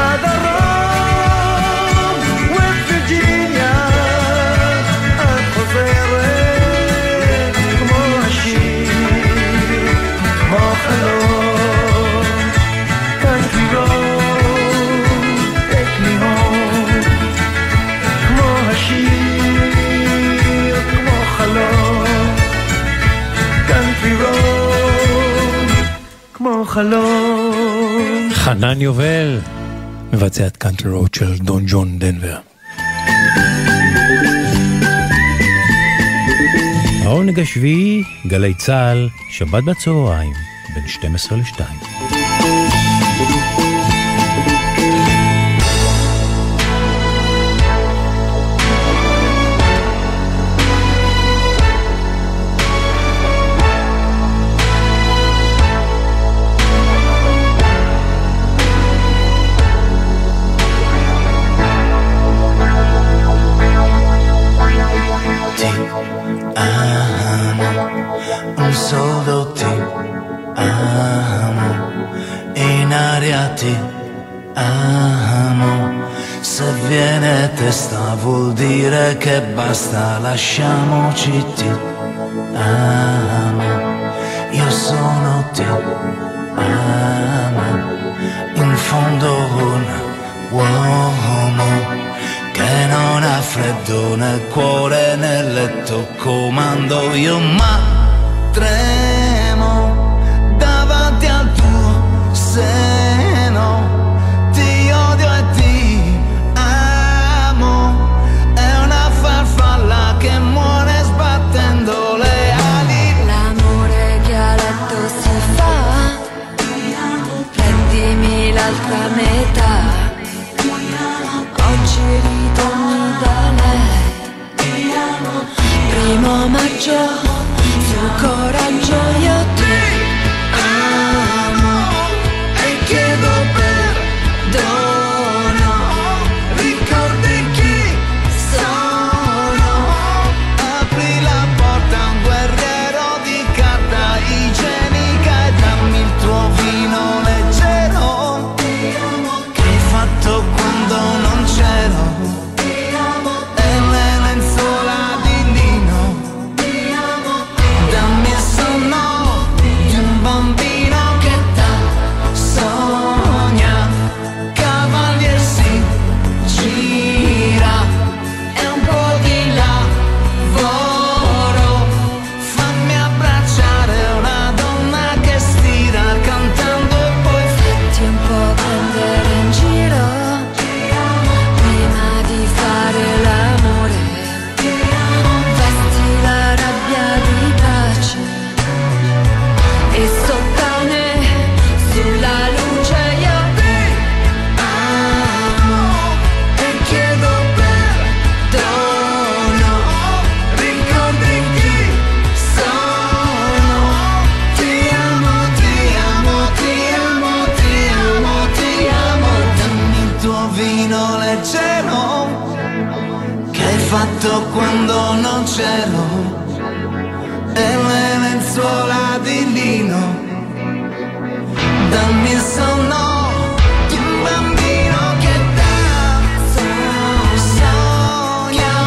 הדרום, West Virginia, את חוזרת כמו השיר, כמו חלום, country road, take me home, כמו השיר, כמו חלום, country road, כמו חלום. חנן יובל מבצע את קאנטרי רוד של דון ג'ון דנבר. העונג השביעי, גלי צהל, שבת בצהריים, בין 12 ל-2. Un solo ti amo, in aria ti amo, se viene testa vuol dire che basta, lasciamoci ti amo, io sono ti amo, in fondo un uomo che non ha freddo nel cuore nel letto, comando io ma tremo davanti al tuo seno, ti odio e ti amo, è una farfalla che muore sbattendo le ali. L'amore che a letto si fa, prendimi l'altra metà, oggi ritorni da lei, primo maggio, su coraggio io ti amo e chiedo perdono, ricordi chi sono, Apri la porta a un guerriero di carta igienica e dammi il tuo vino leggero, che hai fatto quando non c'ero, e le lenzuola di lino, dammi il sonno di cielo che hai fatto quando non c'ero e le lenzuola di lino dammi il sonno di un bambino che danza sogna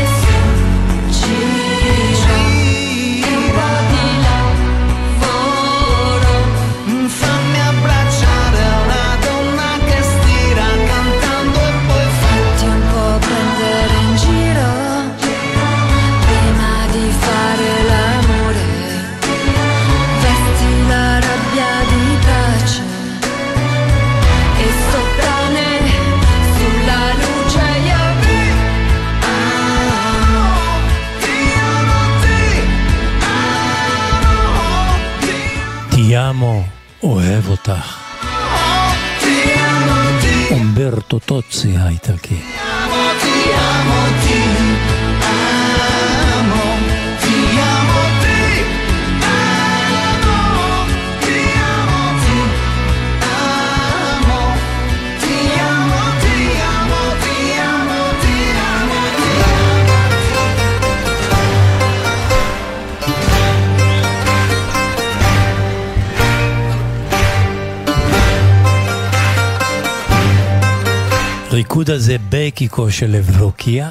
gira di lavoro fammi abbracciare una donna che stira cantando e poi fatti un po' prendere in giro prima di fare l'amore vesti la rabbia di pace e sottane sulla luce io ti amo Ti amo, אוהב אותך. אומברטו טוצי האיטלקי. ריקוד הזה בקיקו של אבלוקיה,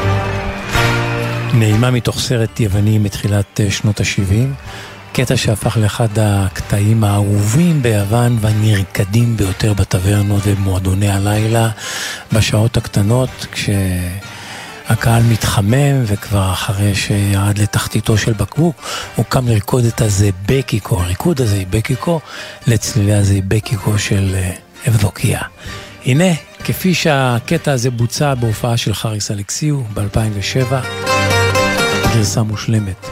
נעימה מתוך סרט יווני מתחילת שנות ה-70, קטע שהפך לאחד הקטעים האהובים ביוון והנרקדים ביותר בטברנות ובמועדוני הלילה בשעות הקטנות, כשהקהל מתחמם וכבר אחרי שירד לתחתיתו של בקבוק הוא קם לרקוד את הזה בקיקו. הריקוד הזה בקיקו לצלילי הזה בקיקו של אבלוקיה. הנה, כפי שהקטע הזה בוצע בהופעה של חריס אלכסיו ב-2007, גרסה מושלמת.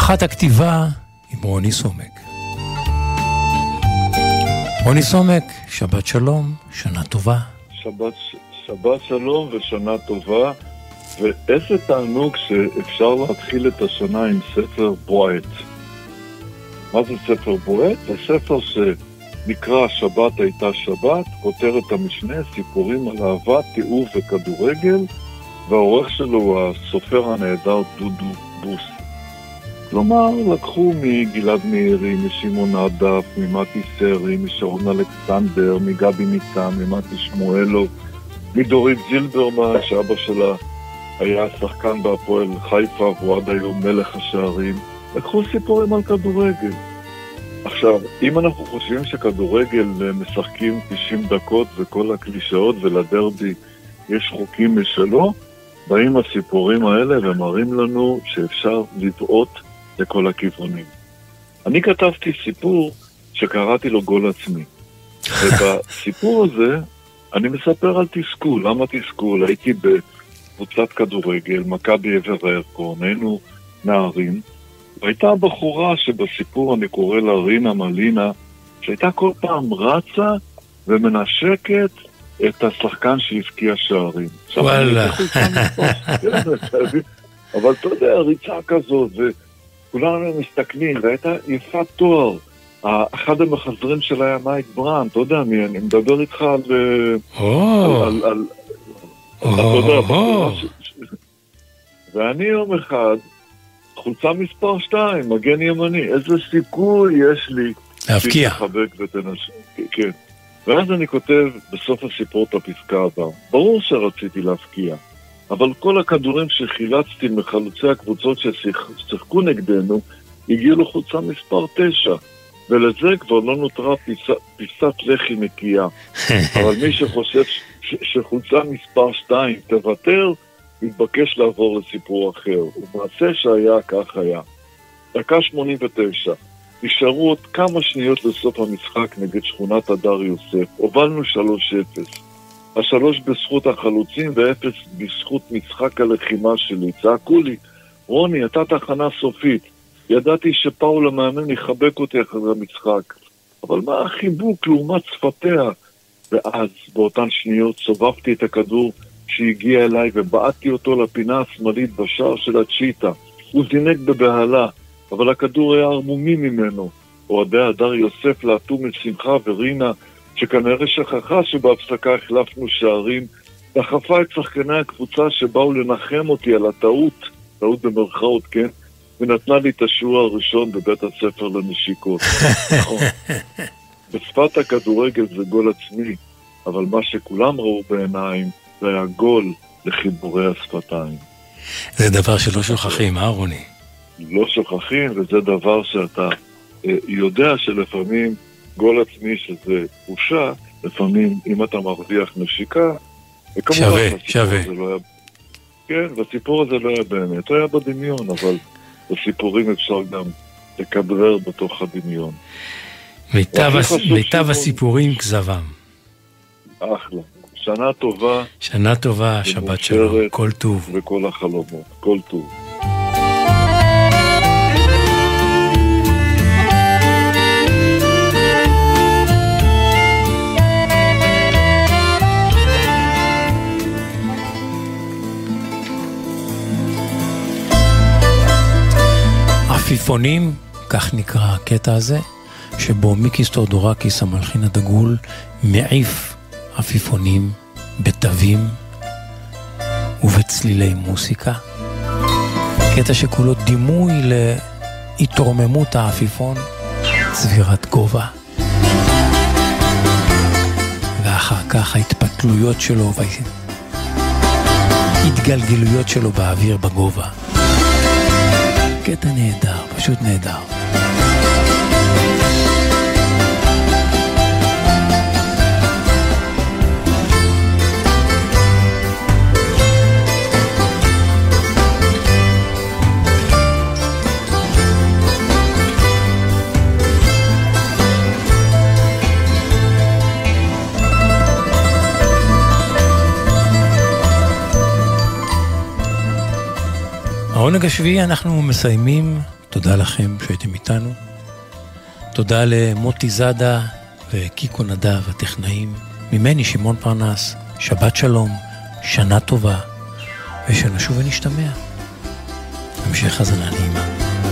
משפחת הכתיבה עם רוני סומק. רוני סומק, שבת שלום, שנה טובה. שבת שלום ושנה טובה, ואיזה תענוג שאפשר להתחיל את השנה עם ספר בועט. מה זה ספר בועט? זה ספר שנקרא שבת הייתה שבת, כותרת המשנה, סיפורים על אהבה, תיעוב וכדורגל, והעורך שלו הוא הסופר הנהדר דודו בוס. כלומר, לקחו מגלעד מאירי, משמעון עדף, ממתי סרי, משרון אלכסנדר, מגבי ניצן, ממתי שמואלו, מדורית זילברמן, שאבא שלה היה שחקן בהפועל חיפה, והוא עד היום מלך השערים. לקחו סיפורים על כדורגל. עכשיו, אם אנחנו חושבים שכדורגל משחקים 90 דקות וכל הקלישאות ולדרבי יש חוקים משלו, באים הסיפורים האלה ומראים לנו שאפשר לבעוט לכל הכיוונים. אני כתבתי סיפור שקראתי לו גול עצמי. ובסיפור הזה אני מספר על תסכול. למה תסכול? הייתי בקבוצת כדורגל, מכבי עבר הירקון, היינו נערים, והייתה בחורה שבסיפור אני קורא לה רינה מלינה, שהייתה כל פעם רצה ומנשקת את השחקן שהפקיע שערים. וואלה. אבל אתה יודע, ריצה כזאת, וכולנו מסתכלים, והייתה יפת תואר. אחד המחזרים שלה היה מייק ברן, אתה יודע מי, אני מדבר איתך על... ואני יום אחד, חולצה מספר 2, מגן ימני, איזה סיכוי יש לי להפקיע. שתחבק ותנשק, כן. ואז אני כותב בסוף הסיפור את הפסקה הבאה. ברור שרציתי להפקיע, אבל כל הכדורים שחילצתי מחלוצי הקבוצות ששיחקו נגדנו, הגיעו לחולצה מספר 9, ולזה כבר לא נותרה פיסת לחי נקייה. אבל מי שחושב שחולצה מספר 2 תוותר, מתבקש לעבור לסיפור אחר. ומעשה שהיה, כך היה. דקה 89. נשארו עוד כמה שניות לסוף המשחק נגד שכונת הדר יוסף. הובלנו 3-0. 3 בזכות החלוצים ו0 בזכות משחק הלחימה שלי. צעקו לי, רוני, אתה תחנה סופית. ידעתי שפאול המאמן יחבק אותי אחרי המשחק. אבל מה החיבוק לעומת שפתיה? ואז, באותן שניות, סובבתי את הכדור שהגיע אליי ובעטתי אותו לפינה השמאלית בשער של הצ'יטה. הוא זינק בבהלה, אבל הכדור היה ערמומי ממנו. אוהדי הדר יוסף לעטו משמחה ורינה, שכנראה שכחה שבהפסקה החלפנו שערים, דחפה את שחקני הקבוצה שבאו לנחם אותי על הטעות, טעות במרכאות, כן? ונתנה לי את השיעור הראשון בבית הספר לנשיקות. נכון. בשפת הכדורגל זה גול עצמי, אבל מה שכולם ראו בעיניים זה היה גול לחיבורי השפתיים. זה דבר שלא שוכחים, רוני? לא שוכחים, וזה דבר שאתה יודע שלפעמים גול עצמי שזה בושה, לפעמים אם אתה מרוויח נשיקה, שווה. לא היה... כן, והסיפור הזה לא היה באמת, הוא היה בדמיון, אבל בסיפורים אפשר גם לכדרר בתוך הדמיון. מיטב הסיפורים כזבם. אחלה. שנה טובה. שנה טובה, שבת שלום, כל טוב. וכל החלומות, כל טוב. עפיפונים, כך נקרא הקטע הזה, שבו מיקיס תאודורקיס המלחין הדגול מעיף עפיפונים בתווים ובצלילי מוסיקה. קטע שכולו דימוי להתרוממות העפיפון, צבירת גובה. ואחר כך ההתפתלויות שלו וההתגלגלויות שלו באוויר בגובה. קטע נהדר, פשוט נהדר. העונג השביעי אנחנו מסיימים תודה לכם שהייתם איתנו. תודה למוטי זאדה וקיקו נדב, הטכנאים. ממני שמעון פרנס, שבת שלום, שנה טובה, ושנשוב ונשתמע. המשך הזנה נעימה.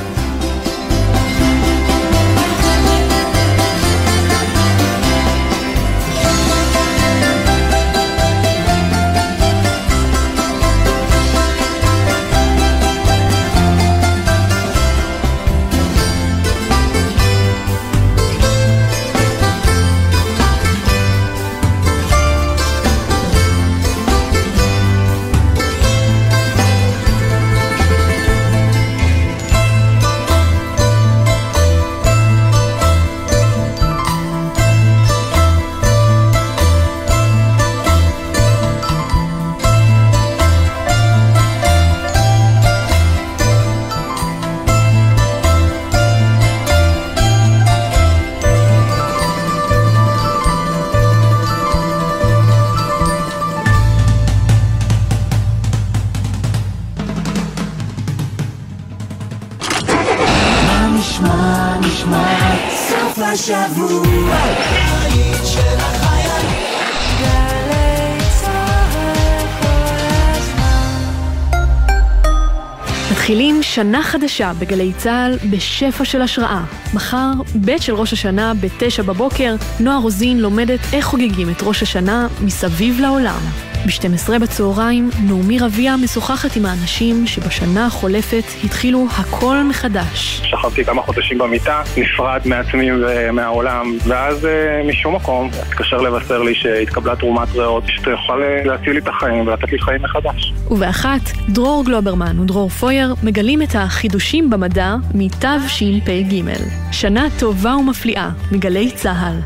מתחילים שנה חדשה בגלי צהל בשפע של השראה. מחר, בית של ראש השנה ב9 בבוקר, נועה רוזין לומדת איך חוגגים את ראש השנה מסביב לעולם. ב12 בצהריים, נעמי רביה משוחחת עם האנשים שבשנה החולפת התחילו הכל מחדש. שכבתי כמה חודשים במיטה, נפרד מעצמי ומהעולם, ואז משום מקום התקשר לבשר לי שהתקבלה תרומת ריאות, שאתה יכול להציל לי את החיים ולתת לי חיים מחדש. ובאחת, דרור גלוברמן ודרור פויר מגלים את החידושים במדע מתשפ"ג. שנה טובה ומפליאה מגלי צהל.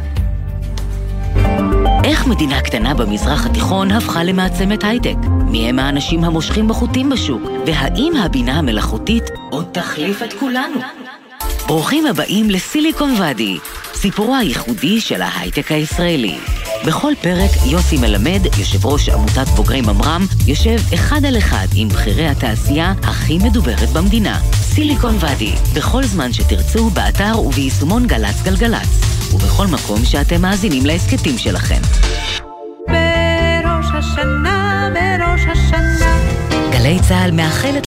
איך מדינה קטנה במזרח התיכון הפכה למעצמת הייטק? מי הם האנשים המושכים בחוטים בשוק? והאם הבינה המלאכותית עוד תחליף את כולנו? ברוכים הבאים לסיליקון ואדי, סיפורו הייחודי של ההייטק הישראלי. בכל פרק יוסי מלמד, יושב ראש עמותת בוגרי ממר"ם, יושב אחד על אחד עם בחירי התעשייה הכי מדוברת במדינה. סיליקון ואדי, בכל זמן שתרצו, באתר וביישומון גלץ גלגלץ, ובכל מקום שאתם מאזינים להסקטים שלכם. בראש השנה, בראש השנה. גלי צהל מאחלת